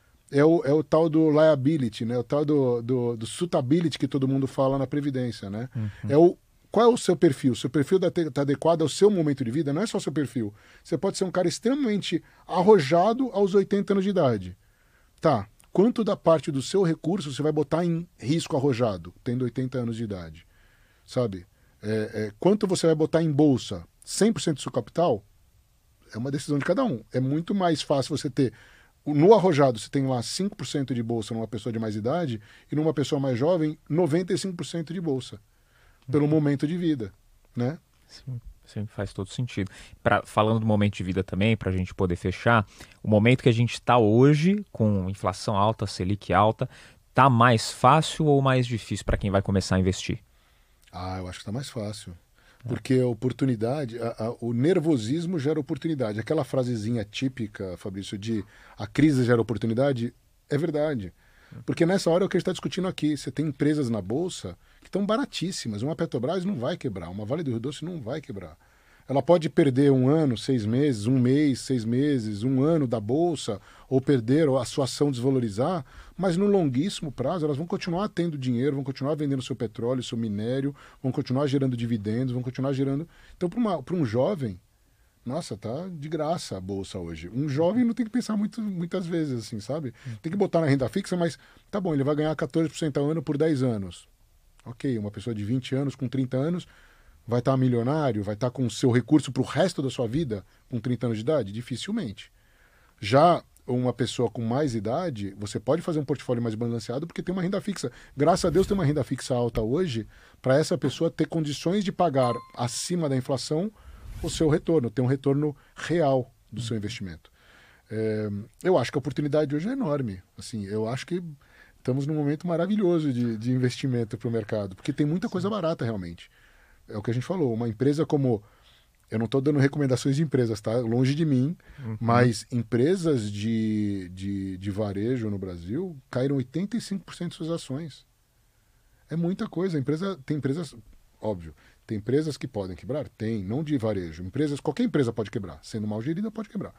É o, é o tal do liability, né? O tal do, do, do suitability que todo mundo fala na Previdência, né? Uhum. É o, qual é o seu perfil? Seu perfil está adequado ao seu momento de vida? Não é só o seu perfil. Você pode ser um cara extremamente arrojado aos oitenta anos de idade. Tá. Quanto da parte do seu recurso você vai botar em risco arrojado, tendo oitenta anos de idade? Sabe? É, é, quanto você vai botar em bolsa? cem por cento do seu capital? É uma decisão de cada um. É muito mais fácil você ter... No arrojado, você tem lá cinco por cento de bolsa numa pessoa de mais idade e numa pessoa mais jovem, noventa e cinco por cento de bolsa. Pelo uhum. momento de vida, né? Sim. Sim, faz todo sentido. Pra, falando do momento de vida também, para a gente poder fechar, o momento que a gente está hoje, com inflação alta, Selic alta, Tá mais fácil ou mais difícil para quem vai começar a investir? Ah, eu acho que está mais fácil. Porque a oportunidade, a, a, o nervosismo gera oportunidade. Aquela frasezinha típica, Fabrício, de a crise gera oportunidade, é verdade. Porque nessa hora é o que a gente está discutindo aqui. Você tem empresas na Bolsa que estão baratíssimas. Uma Petrobras não vai quebrar, uma Vale do Rio Doce não vai quebrar. Ela pode perder um ano, seis meses, um mês, seis meses, um ano da Bolsa, ou perder, ou a sua ação desvalorizar, mas no longuíssimo prazo elas vão continuar tendo dinheiro, vão continuar vendendo seu petróleo, seu minério, vão continuar gerando dividendos, vão continuar gerando... Então, para um jovem, nossa, tá de graça a Bolsa hoje. Um jovem não tem que pensar muito, muitas vezes, assim, sabe? Tem que botar na renda fixa, mas tá bom, ele vai ganhar quatorze por cento ao ano por dez anos. Ok, uma pessoa de vinte anos, com trinta anos... vai estar milionário, vai estar com o seu recurso para o resto da sua vida com trinta anos de idade? Dificilmente. Já uma pessoa com mais idade, você pode fazer um portfólio mais balanceado porque tem uma renda fixa. Graças a Deus tem uma renda fixa alta hoje para essa pessoa ter condições de pagar acima da inflação o seu retorno, ter um retorno real do seu investimento. É, eu acho que a oportunidade hoje é enorme. Assim, eu acho que estamos num momento maravilhoso de, de investimento para o mercado, porque tem muita coisa barata realmente. É o que a gente falou, uma empresa como... Eu não estou dando recomendações de empresas, tá? Longe de mim, uhum. Mas empresas de, de, de varejo no Brasil caíram oitenta e cinco por cento de suas ações. É muita coisa. A empresa, tem empresas, óbvio, tem empresas que podem quebrar? Tem, não de varejo. Empresas, qualquer empresa pode quebrar. Sendo mal gerida, pode quebrar.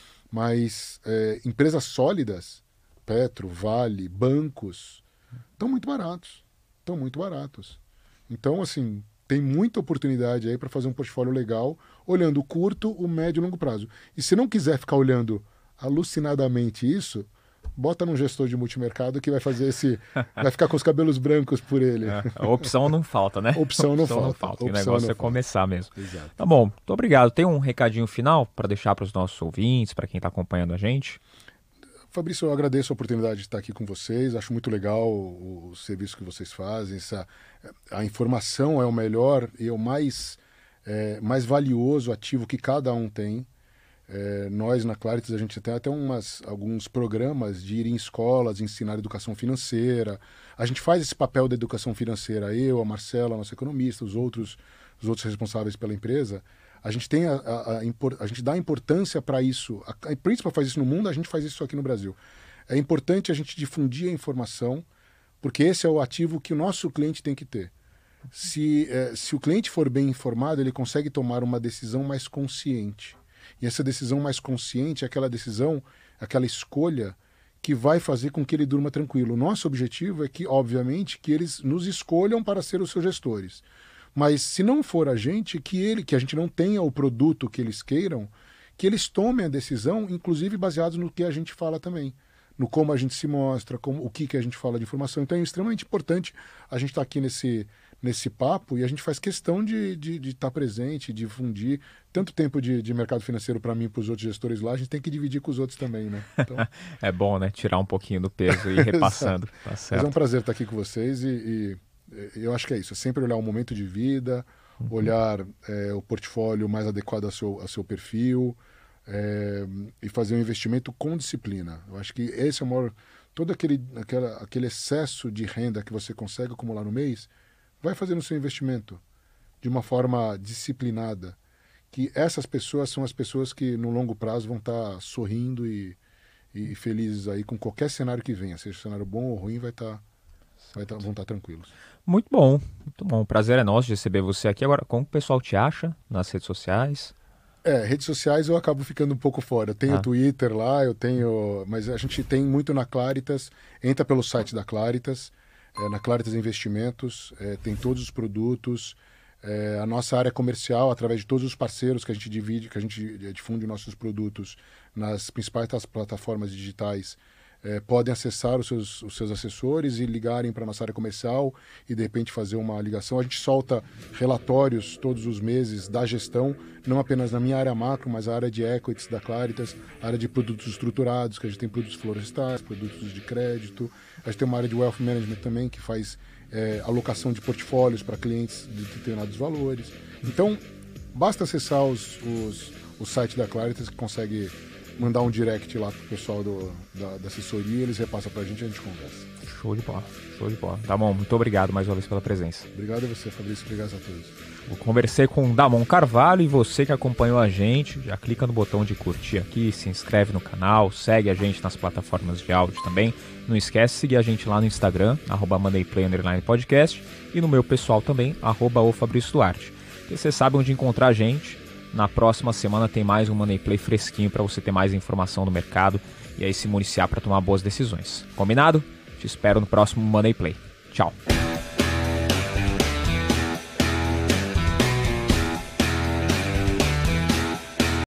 Mas é, empresas sólidas, Petro, Vale, bancos, estão muito baratos. Estão muito baratos. Então, assim... tem muita oportunidade aí para fazer um portfólio legal, olhando o curto, o médio e o longo prazo. E se não quiser ficar olhando alucinadamente isso, bota num gestor de multimercado que vai fazer esse... vai ficar com os cabelos brancos por ele. É, a opção não falta, né? Opção não opção falta. Não falta. Opção o negócio não é falta. Começar mesmo. Exato. Tá bom, muito obrigado. Tem um recadinho final para deixar para os nossos ouvintes, para quem está acompanhando a gente? Fabrício, eu agradeço a oportunidade de estar aqui com vocês. Acho muito legal o, o serviço que vocês fazem. Essa, a informação é o melhor e é o mais, é, mais valioso ativo que cada um tem. É, nós, na Claritas, a gente tem até umas, alguns programas de ir em escolas, ensinar educação financeira. A gente faz esse papel da educação financeira. Eu, a Marcela, a nossa economista, os outros, os outros responsáveis pela empresa. A gente, tem a, a, a, a gente dá importância para isso. A, a Principal faz isso no mundo, a gente faz isso aqui no Brasil. É importante a gente difundir a informação, porque esse é o ativo que o nosso cliente tem que ter. Se, é, se o cliente for bem informado, ele consegue tomar uma decisão mais consciente. E essa decisão mais consciente é aquela decisão, aquela escolha que vai fazer com que ele durma tranquilo. O nosso objetivo é que, obviamente, que eles nos escolham para ser os seus gestores. Mas se não for a gente, que, ele, que a gente não tenha o produto que eles queiram, que eles tomem a decisão, inclusive baseados no que a gente fala também, no como a gente se mostra, como, o que, que a gente fala de informação. Então é extremamente importante a gente estar aqui nesse, nesse papo e a gente faz questão de de, de estar presente, de difundir. Tanto tempo de, de mercado financeiro para mim e para os outros gestores lá, a gente tem que dividir com os outros também, né? Então... é bom, né? Tirar um pouquinho do peso e ir repassando. Tá certo. Mas é um prazer estar aqui com vocês e... e... eu acho que é isso, é sempre olhar o momento de vida, uhum. olhar é, o portfólio mais adequado ao seu, ao seu perfil é, e fazer um investimento com disciplina. Eu acho que esse é o maior... Todo aquele, aquela, aquele excesso de renda que você consegue acumular no mês, vai fazer no seu investimento de uma forma disciplinada. Que essas pessoas são as pessoas que no longo prazo vão estar sorrindo e, e felizes aí com qualquer cenário que venha, seja cenário bom ou ruim, vai estar... Vai tá, vão estar tranquilos. Muito bom, muito bom. O prazer é nosso de receber você aqui. Agora, como o pessoal te acha nas redes sociais? É, redes sociais eu acabo ficando um pouco fora. Eu tenho o ah. Twitter lá, eu tenho... Mas a gente tem muito na Claritas. Entra pelo site da Claritas, é, na Claritas Investimentos, é, tem todos os produtos. É, a nossa área comercial, através de todos os parceiros que a gente divide, que a gente difunde nossos produtos nas principais plataformas digitais, É, podem acessar os seus, os seus assessores e ligarem para a nossa área comercial e, de repente, fazer uma ligação. A gente solta relatórios todos os meses da gestão, não apenas na minha área macro, mas a área de equities da Claritas, a área de produtos estruturados, que a gente tem produtos florestais, produtos de crédito. A gente tem uma área de wealth management também, que faz é, alocação de portfólios para clientes de determinados valores. Então, basta acessar os, os, o site da Claritas que consegue mandar um direct lá pro pessoal do, da, da assessoria, eles repassam pra gente e a gente conversa. Show de bola, show de bola. Damon, muito obrigado mais uma vez pela presença. Obrigado a você, Fabrício, obrigado a todos. Eu conversei com o Damon Carvalho e você que acompanhou a gente, já clica no botão de curtir aqui, se inscreve no canal, segue a gente nas plataformas de áudio também. Não esquece de seguir a gente lá no Instagram, arroba mondayplay underline podcast, e no meu pessoal também, arroba o Fabrício Duarte. E você sabe onde encontrar a gente. Na próxima semana tem mais um Monday Play fresquinho para você ter mais informação do mercado e aí se municiar para tomar boas decisões. Combinado? Te espero no próximo Monday Play. Tchau!